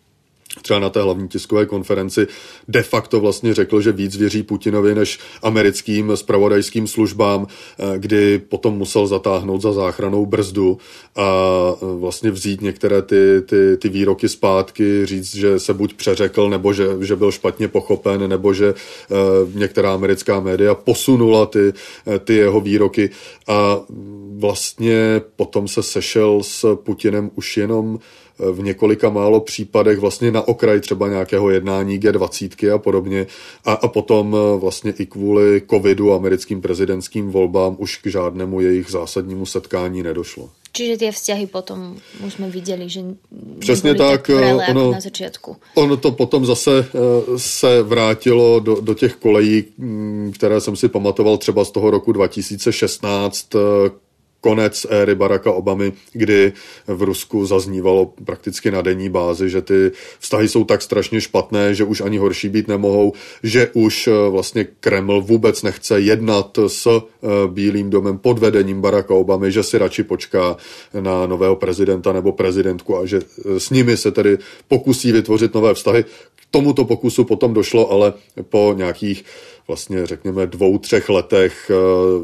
třeba na té hlavní tiskové konferenci de facto vlastně řekl, že víc věří Putinovi než americkým zpravodajským službám, kdy potom musel zatáhnout za záchrannou brzdu a vlastně vzít některé ty, ty, ty výroky zpátky, říct, že se buď přeřekl, nebo že, že byl špatně pochopen, nebo že některá americká média posunula ty, ty jeho výroky a vlastně potom se sešel s Putinem už jenom v několika málo případech vlastně na okraj třeba nějakého jednání G dvacet a podobně a, a potom vlastně i kvůli covidu americkým prezidentským volbám už k žádnému jejich zásadnímu setkání nedošlo. Čiže tie vzťahy potom už jsme viděli, že přesně tak, tak vrele ono, jako na začátku. Ono to potom zase se vrátilo do, do těch kolejí, které jsem si pamatoval třeba z toho roku dva tisíce šestnáct, konec éry Baracka Obamy, kdy v Rusku zaznívalo prakticky na denní bázi, že ty vztahy jsou tak strašně špatné, že už ani horší být nemohou, že už vlastně Kreml vůbec nechce jednat s Bílým domem pod vedením Baracka Obamy, že si radši počká na nového prezidenta nebo prezidentku a že s nimi se tedy pokusí vytvořit nové vztahy. K tomuto pokusu potom došlo, ale po nějakých vlastně řekněme dvou, třech letech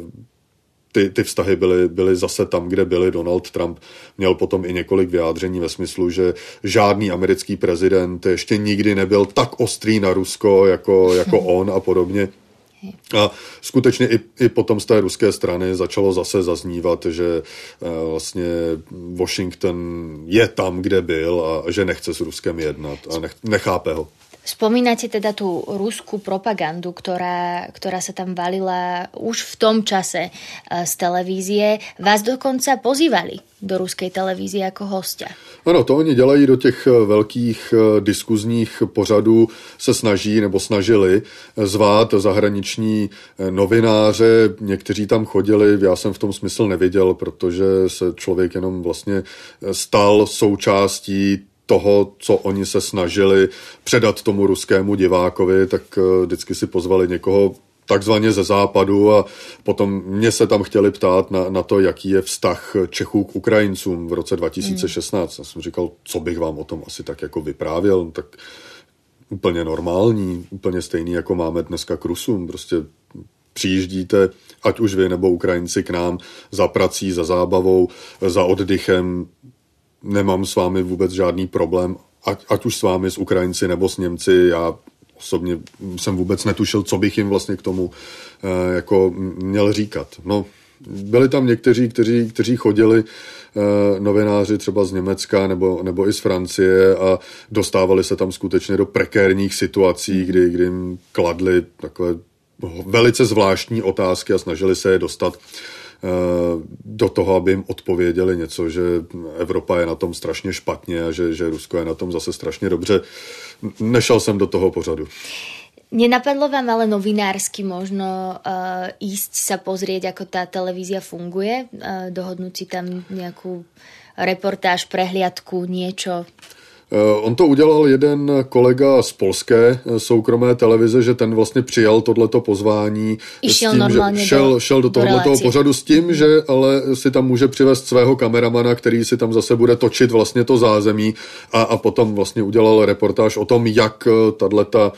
Ty, ty vztahy byly, byly zase tam, kde byly. Donald Trump měl potom i několik vyjádření ve smyslu, že žádný americký prezident ještě nikdy nebyl tak ostrý na Rusko, jako, jako on a podobně. A skutečně i, i potom z té ruské strany začalo zase zaznívat, že vlastně Washington je tam, kde byl a že nechce s Ruskem jednat a nech, nechápe ho. Spomínate teda tú ruskú propagandu, ktorá, ktorá sa tam valila už v tom čase z televízie. Vás dokonca pozývali do ruskej televízie jako hostia. Ano, to oni dělají do těch velkých diskuzních pořadů, se snaží nebo snažili zvát zahraniční novináře. Někteří tam chodili, já jsem v tom smysl neviděl, protože se člověk jenom vlastně stal součástí toho, co oni se snažili předat tomu ruskému divákovi, tak vždycky si pozvali někoho takzvaně ze západu a potom mě se tam chtěli ptát na, na to, jaký je vztah Čechů k Ukrajincům v roce dva tisíce šestnáct. Hmm. Já jsem říkal, co bych vám o tom asi tak jako vyprávěl, tak úplně normální, úplně stejný, jako máme dneska k Rusům. Prostě přijíždíte, ať už vy nebo Ukrajinci k nám za prací, za zábavou, za oddychem. Nemám s vámi vůbec žádný problém, ať, ať už s vámi, s Ukrajinci nebo s Němci. Já osobně jsem vůbec netušil, co bych jim vlastně k tomu eh, jako měl říkat. No, byli tam někteří, kteří, kteří chodili, eh, novináři třeba z Německa nebo, nebo i z Francie a dostávali se tam skutečně do prekérních situací, kdy, kdy jim kladli takové velice zvláštní otázky a snažili se je dostat do toho, aby jim odpověděli něco, že Evropa je na tom strašně špatně a že, že Rusko je na tom zase strašně dobře. Nešel jsem do toho pořadu. Nenapadlo vám ale novinársky možno uh, ísť sa pozrieť, ako tá televízia funguje? Uh, dohodnúť si tam nejakú reportáž, prehliadku, niečo? On to udělal jeden kolega z polské soukromé televize, že ten vlastně přijal tohleto pozvání. I šel tím, normálně že šel, do, šel do, do tohoto pořadu s tím, že ale si tam může přivést svého kameramana, který si tam zase bude točit vlastně to zázemí a, a potom vlastně udělal reportáž o tom, jak tato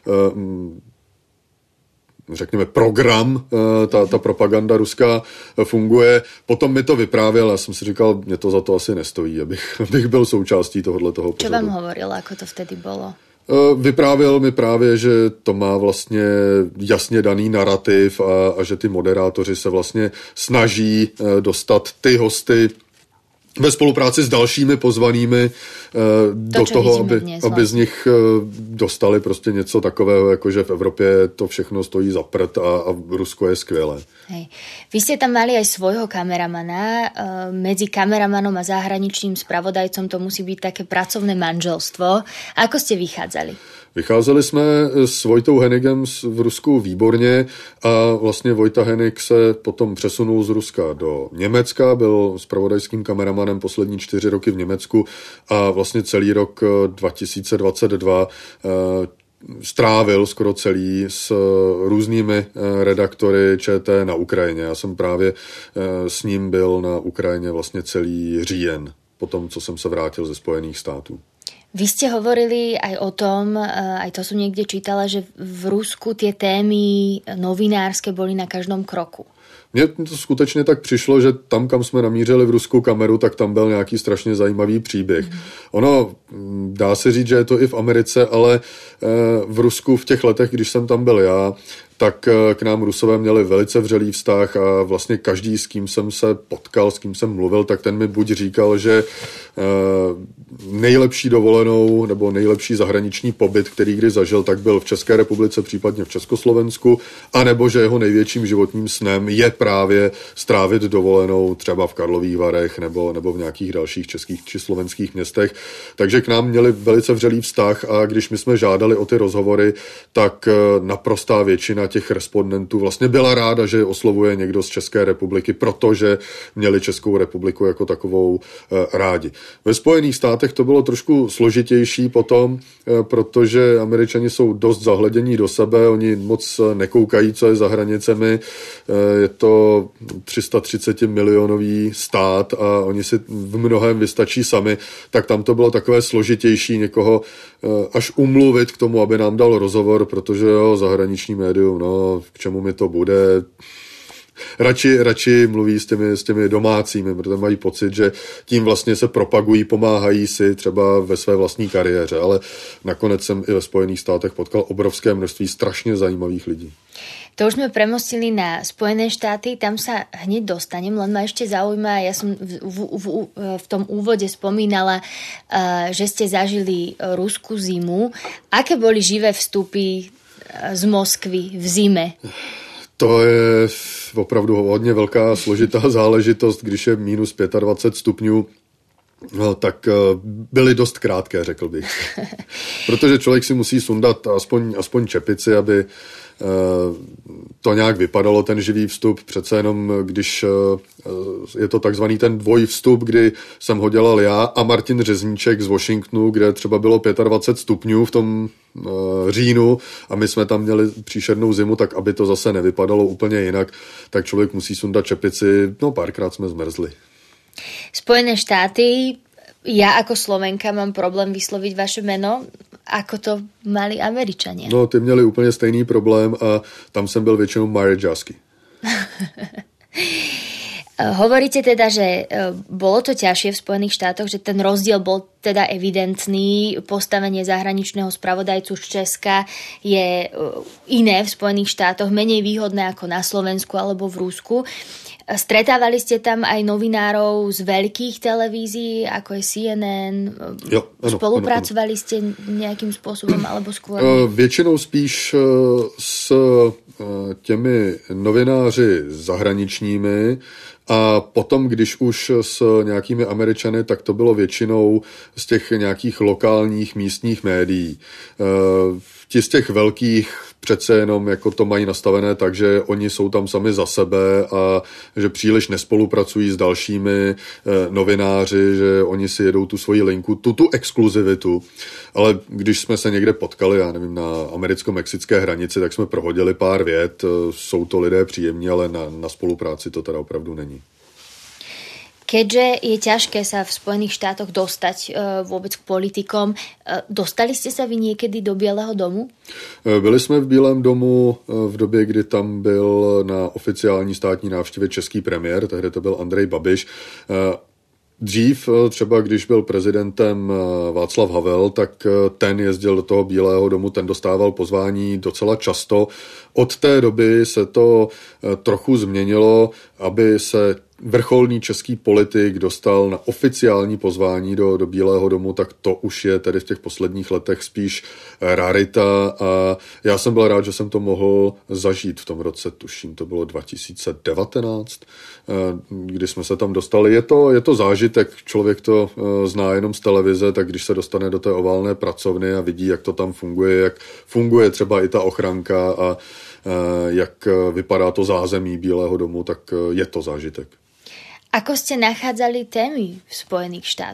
řekněme, program, ta, ta propaganda ruská funguje. Potom mi to vyprávěl, já jsem si říkal, mě to za to asi nestojí, abych, abych byl součástí tohoto pořadu. Čo vám hovoril, ako to vtedy bylo? Vyprávěl mi právě, že to má vlastně jasně daný narrativ a, a že ty moderátoři se vlastně snaží dostat ty hosty ve spolupráci s dalšími pozvanými to, do toho, aby, dnes, aby z nich dostali prostě něco takového, jako že v Evropě to všechno stojí za prd a, a Rusko je skvělé. Hej. Vy ste tam mali aj svojho kameramana. Medzi kameramanom a zahraničným spravodajcom to musí byť také pracovné manželstvo. Ako ste vychádzali? Vycházeli jsme s Vojtou Henigem v Rusku výborně a vlastně Vojta Henig se potom přesunul z Ruska do Německa, byl zpravodajským kameramanem poslední čtyři roky v Německu a vlastně celý rok dva tisíce dvacet dva strávil skoro celý s různými redaktory ČT na Ukrajině. Já jsem právě s ním byl na Ukrajině vlastně celý říjen, po tom, co jsem se vrátil ze Spojených států. Vy ste hovorili aj o tom, aj to som niekde čítala, že v Rusku tie témy novinárske boli na každom kroku. Mně to skutečně tak přišlo, že tam, kam jsme namířili v Rusku kameru, tak tam byl nějaký strašně zajímavý příběh. Mm. Ono, dá se říct, že je to i v Americe, ale v Rusku v těch letech, když jsem tam byl já, tak k nám Rusové měli velice vřelý vztah a vlastně každý, s kým jsem se potkal, s kým jsem mluvil, tak ten mi buď říkal, že nejlepší dovolenou nebo nejlepší zahraniční pobyt, který kdy zažil, tak byl v České republice, případně v Československu, anebo že jeho největším životním snem je právě strávit dovolenou třeba v Karlových Varech nebo, nebo v nějakých dalších českých či slovenských městech. Takže k nám měli velice vřelý vztah a když my jsme žádali o ty rozhovory, tak naprostá většina těch respondentů vlastně byla ráda, že oslovuje někdo z České republiky, protože měli Českou republiku jako takovou rádi. Ve Spojených státech to bylo trošku složitější potom, protože Američani jsou dost zahledění do sebe, oni moc nekoukají, co je za hranicemi. Je to tři sta třicet milionový stát a oni si v mnohém vystačí sami, tak tam to bylo takové složitější někoho až umluvit k tomu, aby nám dal rozhovor, protože jo, zahraniční médium, no, k čemu mi to bude. Radši, radši mluví s těmi, s těmi domácími, protože mají pocit, že tím vlastně se propagují, pomáhají si třeba ve své vlastní kariéře, ale nakonec jsem i ve Spojených státech potkal obrovské množství strašně zajímavých lidí. To už sme premostili na Spojené štáty, tam sa hneď dostanem, len ma ešte zaujíma, ja som v, v, v, v tom úvode spomínala, uh, že ste zažili ruskú zimu. Aké boli živé vstupy z Moskvy v zime? To je opravdu hodně velká složitá záležitost, když je minus dvacet pět stupňů. No, tak byly dost krátké, řekl bych. Protože člověk si musí sundat aspoň, aspoň čepici, aby to nějak vypadalo, ten živý vstup. Přece jenom, když je to takzvaný ten dvojvstup, kdy jsem ho dělal já a Martin Řezníček z Washingtonu, kde třeba bylo dvacet pět stupňů v tom říjnu a my jsme tam měli příšernou zimu, tak aby to zase nevypadalo úplně jinak, tak člověk musí sundat čepici. No, párkrát jsme zmrzli. Spojené štáty, ja ako Slovenka mám problém vysloviť vaše meno, ako to mali Američania. No, ty měli úplně stejný problém a tam jsem byl většinou Mare Jasky. Hovoríte teda, že bolo to ťažšie v Spojených štátoch, že ten rozdiel bol teda evidentný, postavenie zahraničného spravodajcu z Česka je iné v Spojených štátoch, menej výhodné ako na Slovensku alebo v Rusku. Stretávali ste tam aj novinárov z veľkých televízií, ako je C N N? Jo, ano, Spolupracovali ano, ano. ste nejakým spôsobom, alebo skôr? Většinou spíš s těmi novináři zahraničními a potom, když už s nějakými Američany, tak to bylo většinou z těch nějakých lokálních místních médií. Ti z těch velkých přece jenom jako to mají nastavené tak, že oni jsou tam sami za sebe a že příliš nespolupracují s dalšími novináři, že oni si jedou tu svoji linku, tu, tu exkluzivitu. Ale když jsme se někde potkali, já nevím, na americko-mexické hranici, tak jsme prohodili pár vět. Jsou to lidé příjemní, ale na, na spolupráci to teda opravdu není. Keďže je ťažké sa v Spojených štátoch dostať e, vôbec k politikom, e, dostali ste sa vy niekedy do Bieleho domu? Byli jsme v Bílém domu v době, kdy tam byl na oficiální státní návštěvě český premiér, tehdy to byl Andrej Babiš. Dřív třeba, když byl prezidentem Václav Havel, tak ten jezdil do toho Bílého domu, ten dostával pozvání docela často. Od té doby se to trochu změnilo, aby se vrcholný český politik dostal na oficiální pozvání do, do Bílého domu, tak to už je tedy v těch posledních letech spíš rarita a já jsem byl rád, že jsem to mohl zažít v tom roce, tuším, to bylo dva tisíce devatenáct, kdy jsme se tam dostali. Je to, je to zážitek, člověk to zná jenom z televize, tak když se dostane do té oválné pracovny a vidí, jak to tam funguje, jak funguje třeba i ta ochranka a jak vypadá to zázemí Bílého domu, tak je to zážitek. Ako ste nachádzali témy v Spojených štátoch?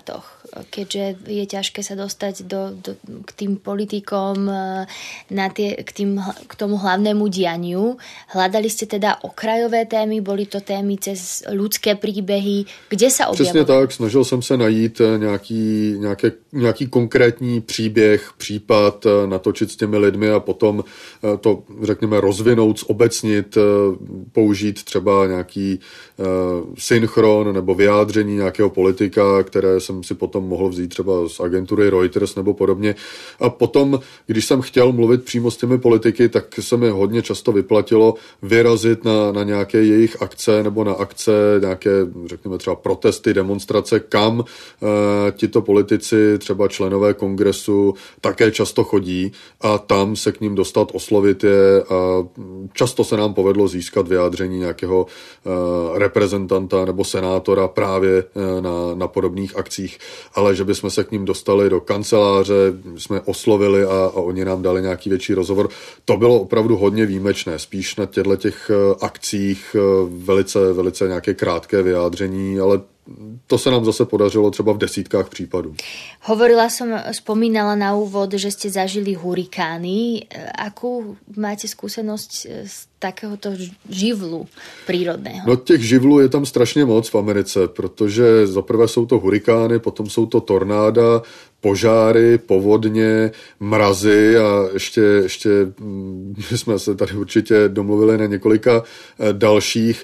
keďže je ťažké sa dostať do, do, k tým politikom, na tie, k, tým, k tomu hlavnému dianiu. Hľadali ste teda okrajové témy, boli to témy cez ľudské príbehy, kde sa objavili? Přesně tak, snažil jsem se najít nějaký, nějaké, nějaký konkrétní příběh, případ, natočit s těmi lidmi a potom to, řekněme, rozvinout, zobecnit, použít třeba nějaký uh, synchron nebo vyjádření nějakého politika, které jsem si potom mohl vzít třeba z agentury Reuters nebo podobně. A potom, když jsem chtěl mluvit přímo s těmi politiky, tak se mi hodně často vyplatilo vyrazit na, na nějaké jejich akce nebo na akce, nějaké, řekněme třeba protesty, demonstrace, kam uh, tito politici, třeba členové kongresu, také často chodí a tam se k ním dostat, oslovit je a často se nám povedlo získat vyjádření nějakého uh, reprezentanta nebo senátora právě uh, na, na podobných akcích, ale že bychom se k ním dostali do kanceláře, jsme oslovili a, a oni nám dali nějaký větší rozhovor. To bylo opravdu hodně výjimečné, spíš na těchto těch uh, akcích uh, velice, velice nějaké krátké vyjádření, ale to se nám zase podařilo třeba v desítkách případů. Hovorila som, spomínala na úvod, že ste zažili hurikány. Akú máte skúsenosť z takéhoto živlu prírodného? No těch živlů je tam strašně moc v Americe, protože zaprvé jsou to hurikány, potom jsou to tornáda, požáry, povodně, mrazy a ještě, ještě my jsme se tady určitě domluvili na několika dalších.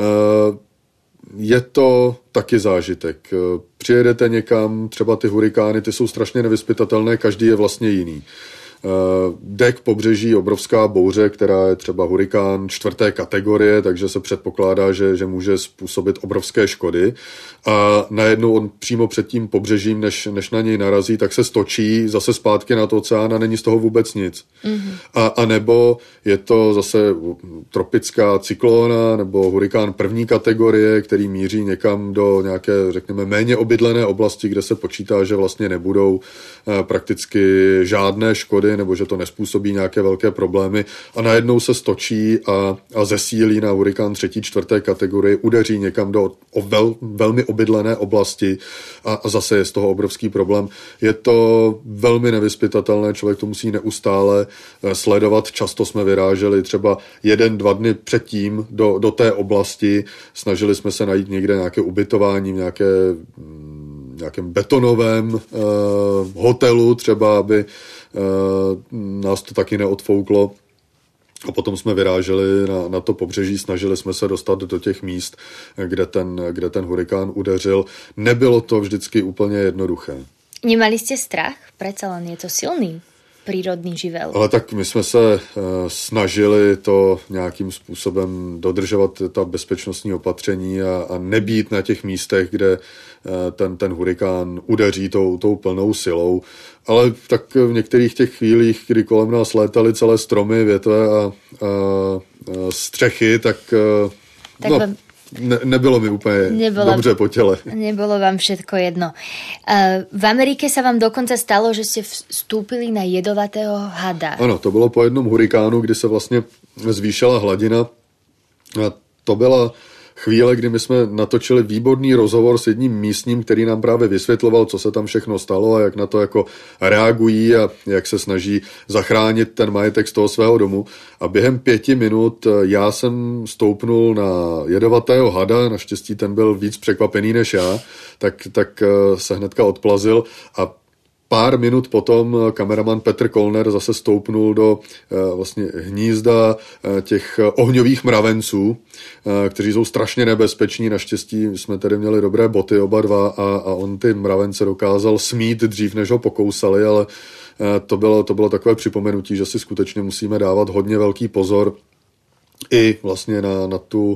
Je to taky zážitek. Přijedete někam, třeba ty hurikány, ty jsou strašně nevyzpytatelné, každý je vlastně jiný. Jde k pobřeží obrovská bouře, která je třeba hurikán čtvrté kategorie, takže se předpokládá, že, že může způsobit obrovské škody. A najednou on přímo před tím pobřežím, než, než na něj narazí, tak se stočí zase zpátky na to oceán a není z toho vůbec nic. Mm-hmm. A, a nebo je to zase tropická cyklóna nebo hurikán první kategorie, který míří někam do nějaké, řekněme, méně obydlené oblasti, kde se počítá, že vlastně nebudou prakticky žádné škody nebo že to nespůsobí nějaké velké problémy a najednou se stočí a, a zesílí na hurikán třetí, čtvrté kategorie, udeří někam do o vel, velmi obydlené oblasti a, a zase je z toho obrovský problém. Je to velmi nevyzpytatelné, člověk to musí neustále sledovat. Často jsme vyráželi třeba jeden, dva dny předtím do, do té oblasti, snažili jsme se najít někde nějaké ubytování v nějaké nějakém betonovém uh, hotelu, třeba aby uh, nás to taky neodfouklo. A potom jsme vyráželi na, na to pobřeží, snažili jsme se dostat do těch míst, kde ten, kde ten hurikán udeřil. Nebylo to vždycky úplně jednoduché. Nemali jste strach? Přece jen je to silný prírodný živel. Ale tak my jsme se uh, snažili to nějakým způsobem dodržovat ta bezpečnostní opatření a, a nebýt na těch místech, kde uh, ten, ten hurikán udeří tou, tou plnou silou. Ale tak v některých těch chvílích, kdy kolem nás létaly celé stromy, větve a, a, a střechy, tak, uh, tak no, vám... Ne, nebylo mi úplně nebolo, dobře po těle. Nebolo vám všetko jedno. V Amerike sa vám dokonca stalo, že ste vstúpili na jedovatého hada. Ano, to bylo po jednom hurikánu, kdy se vlastně zvýšila hladina. A to byla chvíle, kdy my jsme natočili výborný rozhovor s jedním místním, který nám právě vysvětloval, co se tam všechno stalo a jak na to jako reagují a jak se snaží zachránit ten majetek z toho svého domu. A během pěti minut já jsem stoupnul na jedovatého hada, naštěstí ten byl víc překvapený než já, tak, tak se hnedka odplazil a pár minut potom kameraman Petr Kolner zase stoupnul do vlastně hnízda těch ohňových mravenců, kteří jsou strašně nebezpeční. Naštěstí jsme tedy měli dobré boty oba dva a, a on ty mravence dokázal smít dřív, než ho pokousali, ale to bylo, to bylo takové připomenutí, že si skutečně musíme dávat hodně velký pozor i vlastně na, na tu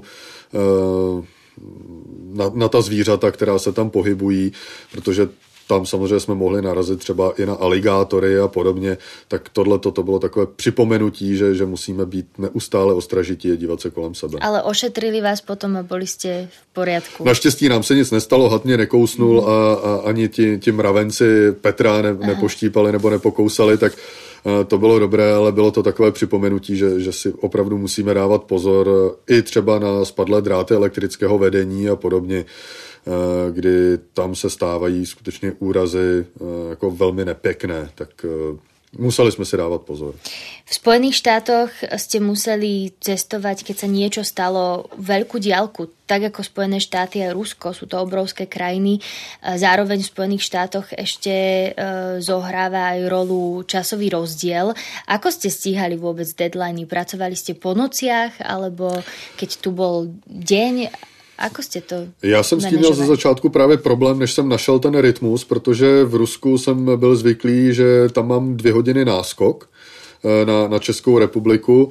na, na ta zvířata, která se tam pohybují, protože tam samozřejmě jsme mohli narazit třeba i na aligátory a podobně, tak tohle to bylo takové připomenutí, že, že musíme být neustále ostražití a dívat se kolem sebe. Ale ošetrili vás potom a byli jste v poriadku? Naštěstí nám se nic nestalo, had mě nekousnul mm. a, a ani ti, ti mravenci Petra ne, nepoštípali nebo nepokousali, tak to bylo dobré, ale bylo to takové připomenutí, že, že si opravdu musíme dávat pozor i třeba na spadlé dráty elektrického vedení a podobně. kdy tam se stávají skutečně úrazy jako velmi nepěkné, tak museli sme si dávať pozor. V Spojených štátoch ste museli cestovať, keď sa niečo stalo, veľkú diaľku, tak ako Spojené štáty a Rusko, sú to obrovské krajiny. Zároveň v Spojených štátoch ešte zohráva aj rolu časový rozdiel. Ako ste stíhali vôbec deadliny? Pracovali ste po nociach, alebo keď tu bol deň? Ako jste to Já jsem s tím měl ze začátku právě problém, než jsem našel ten rytmus, protože v Rusku jsem byl zvyklý, že tam mám dvě hodiny náskok na, na Českou republiku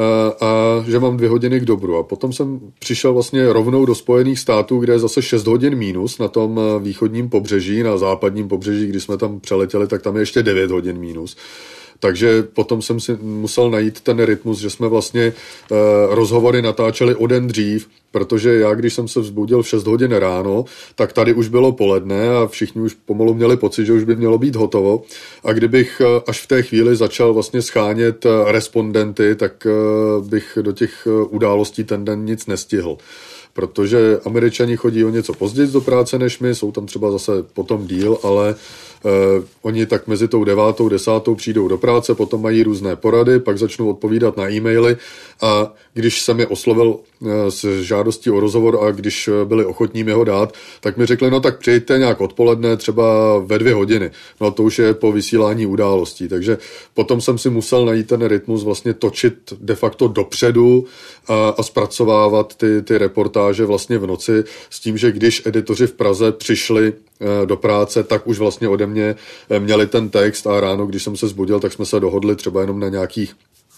a že mám dvě hodiny k dobru. A potom jsem přišel vlastně rovnou do Spojených států, kde je zase šest hodin mínus na tom východním pobřeží, na západním pobřeží, když jsme tam přeletěli, tak tam je ještě devět hodin mínus. Takže potom jsem si musel najít ten rytmus, že jsme vlastně e, rozhovory natáčeli o den dřív, protože já, když jsem se vzbudil v šest hodin ráno, tak tady už bylo poledne a všichni už pomalu měli pocit, že už by mělo být hotovo. A kdybych až v té chvíli začal vlastně schánět respondenty, tak e, bych do těch událostí ten den nic nestihl. Protože Američani chodí o něco později do práce než my, jsou tam třeba zase potom díl, ale eh, oni tak mezi tou devátou, desátou přijdou do práce, potom mají různé porady, pak začnou odpovídat na e-maily a když jsem je oslovil eh, s žádostí o rozhovor a když byli ochotní mi ho dát, tak mi řekli, no tak přijďte nějak odpoledne, třeba ve dvě hodiny. No to už je po vysílání událostí, takže potom jsem si musel najít ten rytmus, vlastně točit de facto dopředu a, a zpracovávat ty, ty reportáže vlastně v noci s tím, že když editoři v Praze přišli do práce, tak už vlastně ode mě měli ten text a ráno, když jsem se zbudil, tak jsme se dohodli třeba jenom na nějakých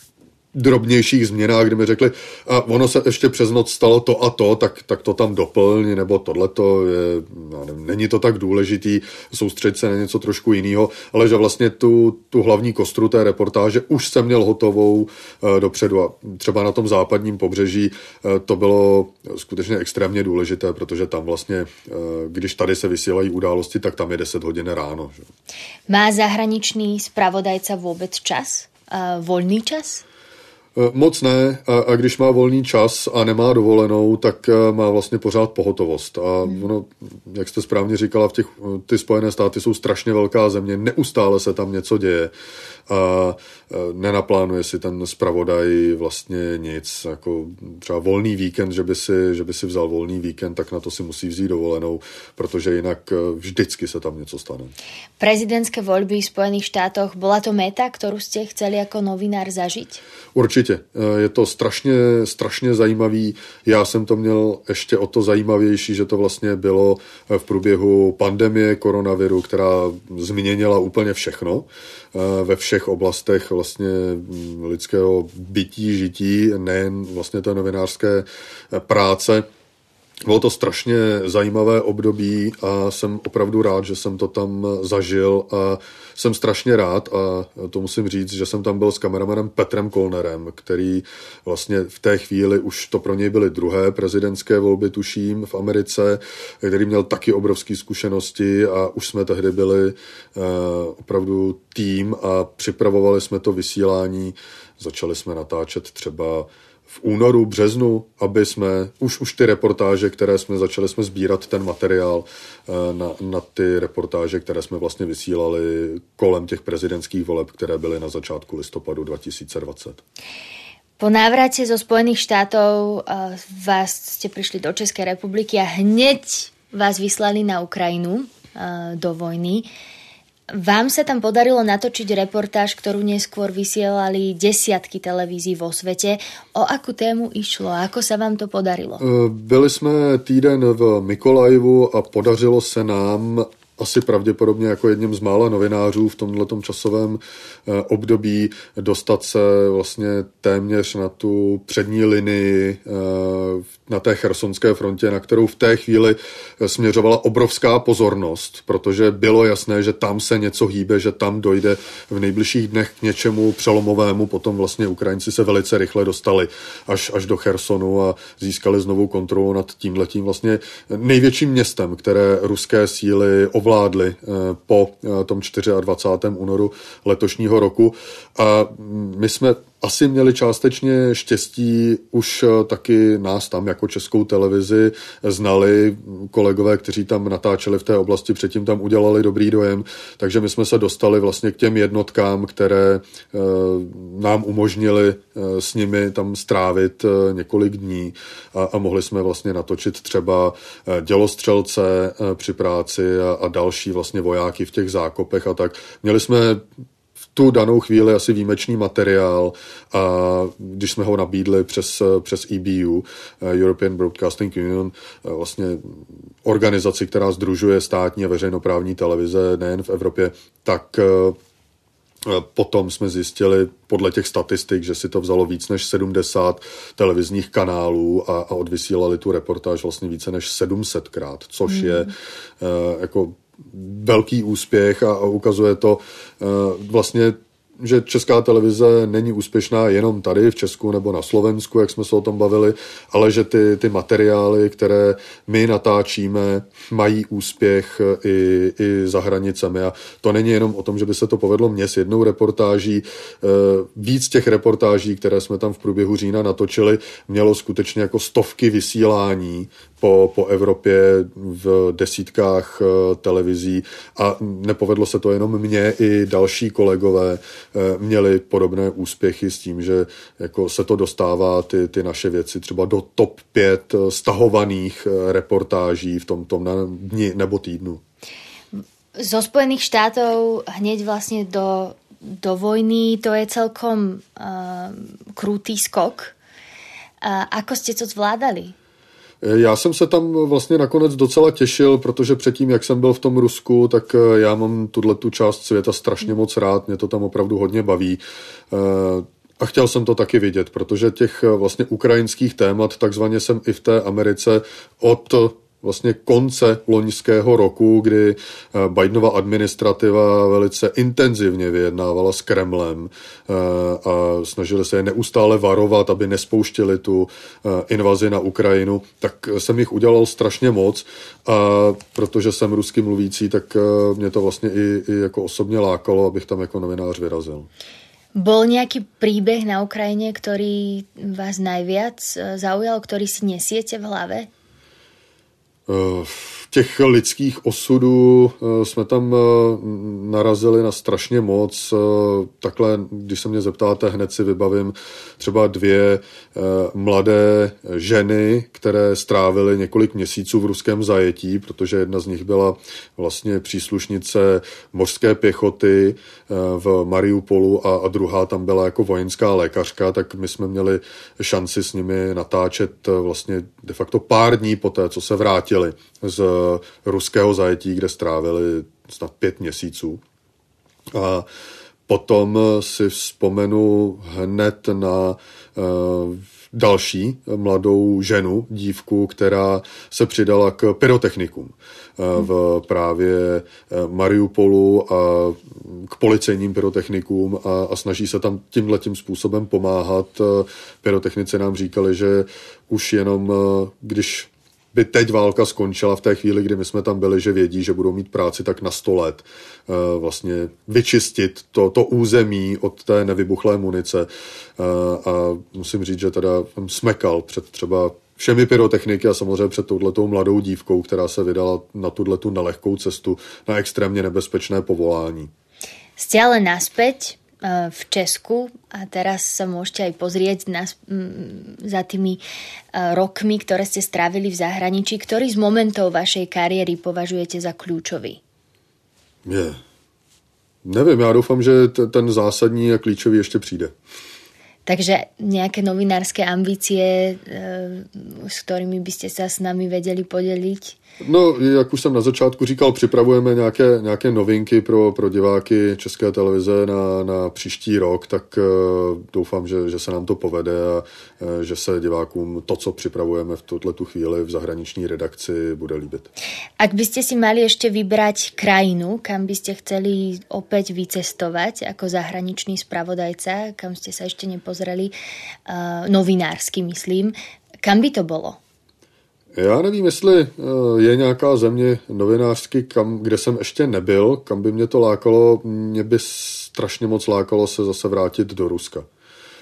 drobnějších změnách, kdy mi řekli, a ono se ještě přes noc stalo to a to, tak, tak to tam doplň, nebo tohleto je, nevím, není to tak důležitý, soustřeď se na něco trošku jiného, ale že vlastně tu, tu hlavní kostru té reportáže už jsem měl hotovou uh, dopředu a třeba na tom západním pobřeží uh, to bylo skutečně extrémně důležité, protože tam vlastně, uh, když tady se vysílají události, tak tam je deset hodin ráno. Že? Má zahraničný spravodajca vůbec čas? Uh, volný čas? Moc ne a, a když má volný čas a nemá dovolenou, tak má vlastně pořád pohotovost. A hmm. ono, jak jste správně říkala, v těch, ty Spojené státy jsou strašně velká země, neustále se tam něco děje a nenaplánuje si ten zpravodaj vlastně nic. Jako třeba volný víkend, že by, si, že by si vzal volný víkend, tak na to si musí vzít dovolenou, protože jinak vždycky se tam něco stane. Prezidentské voľby v Spojených štátoch, bola to meta, ktorú ste chceli ako novinár zažiť? Určitě. Je to strašně, strašně zajímavý. Já jsem to měl ještě o to zajímavější, že to vlastně bylo v průběhu pandemie koronaviru, která změnila úplně všechno ve všech oblastech vlastně lidského bytí, žití, nejen vlastně té novinářské práce. Bylo to strašně zajímavé období a jsem opravdu rád, že jsem to tam zažil a jsem strašně rád a to musím říct, že jsem tam byl s kameramanem Petrem Kolnerem, který vlastně v té chvíli už to pro něj byly druhé prezidentské volby, tuším, v Americe, který měl taky obrovské zkušenosti a už jsme tehdy byli uh, opravdu tým a připravovali jsme to vysílání. Začali jsme natáčet třeba v únoru, březnu, aby jsme už, už ty reportáže, které jsme začali jsme sbírat ten materiál na, na ty reportáže, které jsme vlastně vysílali kolem těch prezidentských voleb, které byly na začátku listopadu dva tisíce dvacet. Po návrate zo Spojených štátov vás ste prišli do Českej republiky a hneď vás vyslali na Ukrajinu do vojny. Vám sa tam podarilo natočiť reportáž, ktorú neskôr vysielali desiatky televízií vo svete. O akú tému išlo? Ako sa vám to podarilo? Byli jsme týden v Mykolajivu a podařilo se nám asi pravděpodobně jako jedním z mála novinářů v tomhletom časovém období dostat se vlastně téměř na tu přední linii na té chersonské frontě, na kterou v té chvíli směřovala obrovská pozornost, protože bylo jasné, že tam se něco hýbe, že tam dojde v nejbližších dnech k něčemu přelomovému. Potom vlastně Ukrajinci se velice rychle dostali až, až do Chersonu a získali znovu kontrolu nad tímhletím vlastně největším městem, které ruské síly ovládly po tom dvacátém čtvrtém únoru letošního roku. A my jsme asi měli částečně štěstí, už taky nás tam jako Českou televizi znali kolegové, kteří tam natáčeli v té oblasti, předtím tam udělali dobrý dojem, takže my jsme se dostali vlastně k těm jednotkám, které nám umožnili s nimi tam strávit několik dní a, a mohli jsme vlastně natočit třeba dělostřelce při práci a, a další vlastně vojáky v těch zákopech a tak. Měli jsme v tu danou chvíli asi výjimečný materiál a když jsme ho nabídli přes, přes E B U, European Broadcasting Union, vlastně organizaci, která sdružuje státní a veřejnoprávní televize nejen v Evropě, tak potom jsme zjistili podle těch statistik, že si to vzalo víc než sedmdesát televizních kanálů a, a odvysílali tu reportáž vlastně více než sedm set krát, což mm. je uh, jako velký úspěch a, a ukazuje to uh, vlastně, že Česká televize není úspěšná jenom tady v Česku nebo na Slovensku, jak jsme se o tom bavili, ale že ty, ty materiály, které my natáčíme, mají úspěch i, i za hranicemi. A to není jenom o tom, že by se to povedlo mně s jednou reportáží. Víc těch reportáží, které jsme tam v průběhu října natočili, mělo skutečně jako stovky vysílání po, po Evropě v desítkách televizí a nepovedlo se to jenom mně, i další kolegové měli podobné úspěchy s tím, že jako se to dostává ty, ty naše věci třeba do top pět stahovaných reportáží v tom, tom dni nebo týdnu. Zo Spojených štátov hneď vlastne do, do vojny to je celkom uh, krutý skok. Uh, ako ste to zvládali? Já jsem se tam vlastně nakonec docela těšil, protože předtím, jak jsem byl v tom Rusku, tak já mám tuto část světa strašně moc rád, mě to tam opravdu hodně baví. A chtěl jsem to taky vidět, protože těch vlastně ukrajinských témat takzvaně jsem i v té Americe od vlastně konce loňského roku, kdy Bidenova administrativa velice intenzivně vyjednávala s Kremlem a snažili se je neustále varovat, aby nespouštěli tu invazi na Ukrajinu, tak jsem jich udělal strašně moc a protože jsem rusky mluvící, tak mě to vlastně i, i jako osobně lákalo, abych tam jako novinář vyrazil. Bol nejaký príbeh na Ukrajine, ktorý vás najviac zaujal, ktorý si nesiete v hlave? Těch lidských osudů jsme tam narazili na strašně moc. Takhle, když se mě zeptáte, hned si vybavím třeba dvě mladé ženy, které strávily několik měsíců v ruském zajetí, protože jedna z nich byla vlastně příslušnice mořské pěchoty v Mariupolu a, a druhá tam byla jako vojenská lékařka, tak my jsme měli šanci s nimi natáčet vlastně de facto pár dní poté, co se vrátili z ruského zajetí, kde strávili snad pět měsíců. A potom si vzpomenu hned na uh, další mladou ženu, dívku, která se přidala k pyrotechnikům uh, v právě Mariupolu a k policejním pyrotechnikům a, a snaží se tam tímhletím způsobem pomáhat. Pyrotechnici nám říkali, že už jenom uh, když by teď válka skončila v té chvíli, kdy my jsme tam byli, že vědí, že budou mít práci tak na sto let vlastně vyčistit to, to území od té nevybuchlé munice a musím říct, že teda smekal před třeba všemi pyrotechniky a samozřejmě před touhletou mladou dívkou, která se vydala na tuhletu nelehkou cestu na extrémně nebezpečné povolání. Ste ale naspäť v Česku a teraz sa môžete aj pozrieť na, za tými rokmi, ktoré ste strávili v zahraničí. Ktorý z momentov vašej kariéry považujete za kľúčový? Je. Nevím, já doufám, že t- ten zásadní a klíčový ještě přijde. Takže nejaké novinárske ambície, s ktorými by ste sa s nami vedeli podeliť? No, jak už jsem na začátku říkal, připravujeme nějaké, nějaké novinky pro, pro diváky České televize na, na příští rok, tak uh, doufám, že, že se nám to povede a uh, že se divákům to, co připravujeme v tuto chvíli v zahraniční redakci, bude líbit. Ak by ste si mali ešte vybrať krajinu, kam by ste chceli opäť vycestovať ako zahraničný spravodajca, kam ste sa ešte nepozreli, uh, novinársky myslím, kam by to bolo? Já nevím, jestli je nějaká země novinářsky, kam, kde jsem ještě nebyl, kam by mě to lákalo. Mě by strašně moc lákalo se zase vrátit do Ruska.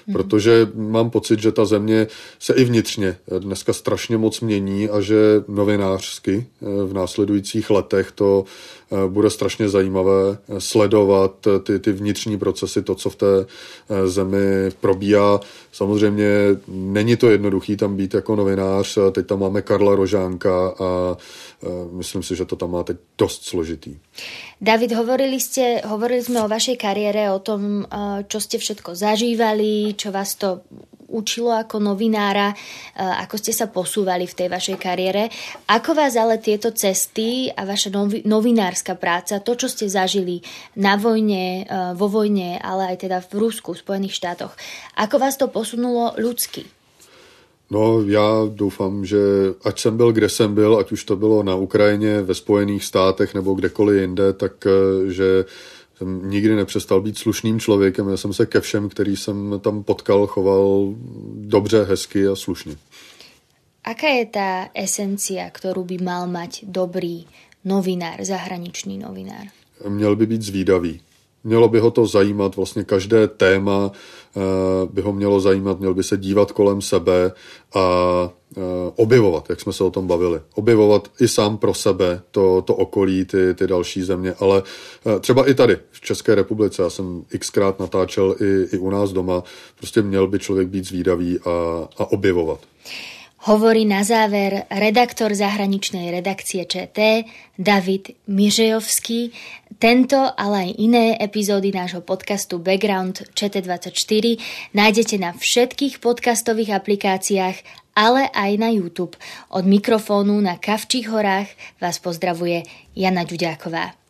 mm. protože mám pocit, že ta země se i vnitřně dneska strašně moc mění a že novinářsky v následujících letech to bude strašně zajímavé sledovat ty, ty vnitřní procesy, to, co v té zemi probíhá. Samozřejmě není to jednoduchý tam být jako novinář, teď tam máme Karla Rožánka a myslím si, že to tam má teď dost složitý. David, hovorili ste, hovorili sme o vašej kariére, o tom, čo ste všetko zažívali, čo vás to učilo ako novinára, ako ste sa posúvali v tej vašej kariére. Ako vás ale tieto cesty a vaša novi, novinárska práca, to, čo ste zažili na vojne, vo vojne, ale aj teda v Rusku, v Spojených štátoch, ako vás to posunulo ľudsky? No, já doufám, že ať jsem byl, kde jsem byl, ať už to bylo na Ukrajině, ve Spojených státech nebo kdekoliv jinde, tak že jsem nikdy nepřestal být slušným člověkem. Já jsem se ke všem, který jsem tam potkal, choval dobře, hezky a slušně. Aká je tá esencia, ktorú by mal mať dobrý novinár, zahraničný novinár? Měl by být zvídavý. Mělo by ho to zajímat, vlastně každé téma by ho mělo zajímat, měl by se dívat kolem sebe a objevovat, jak jsme se o tom bavili. Objevovat i sám pro sebe to, to okolí, ty, ty další země, ale třeba i tady v České republice, já jsem xkrát natáčel i, i u nás doma, prostě měl by člověk být zvídavý a, a objevovat. Hovorí na záver redaktor zahraničnej redakcie ČT David Miřejovský. Tento, ale aj iné epizódy nášho podcastu Background ČT dvadsaťštyri nájdete na všetkých podcastových aplikáciách, ale aj na YouTube. Od mikrofónu na Kavčích horách vás pozdravuje Jana Ďuďáková.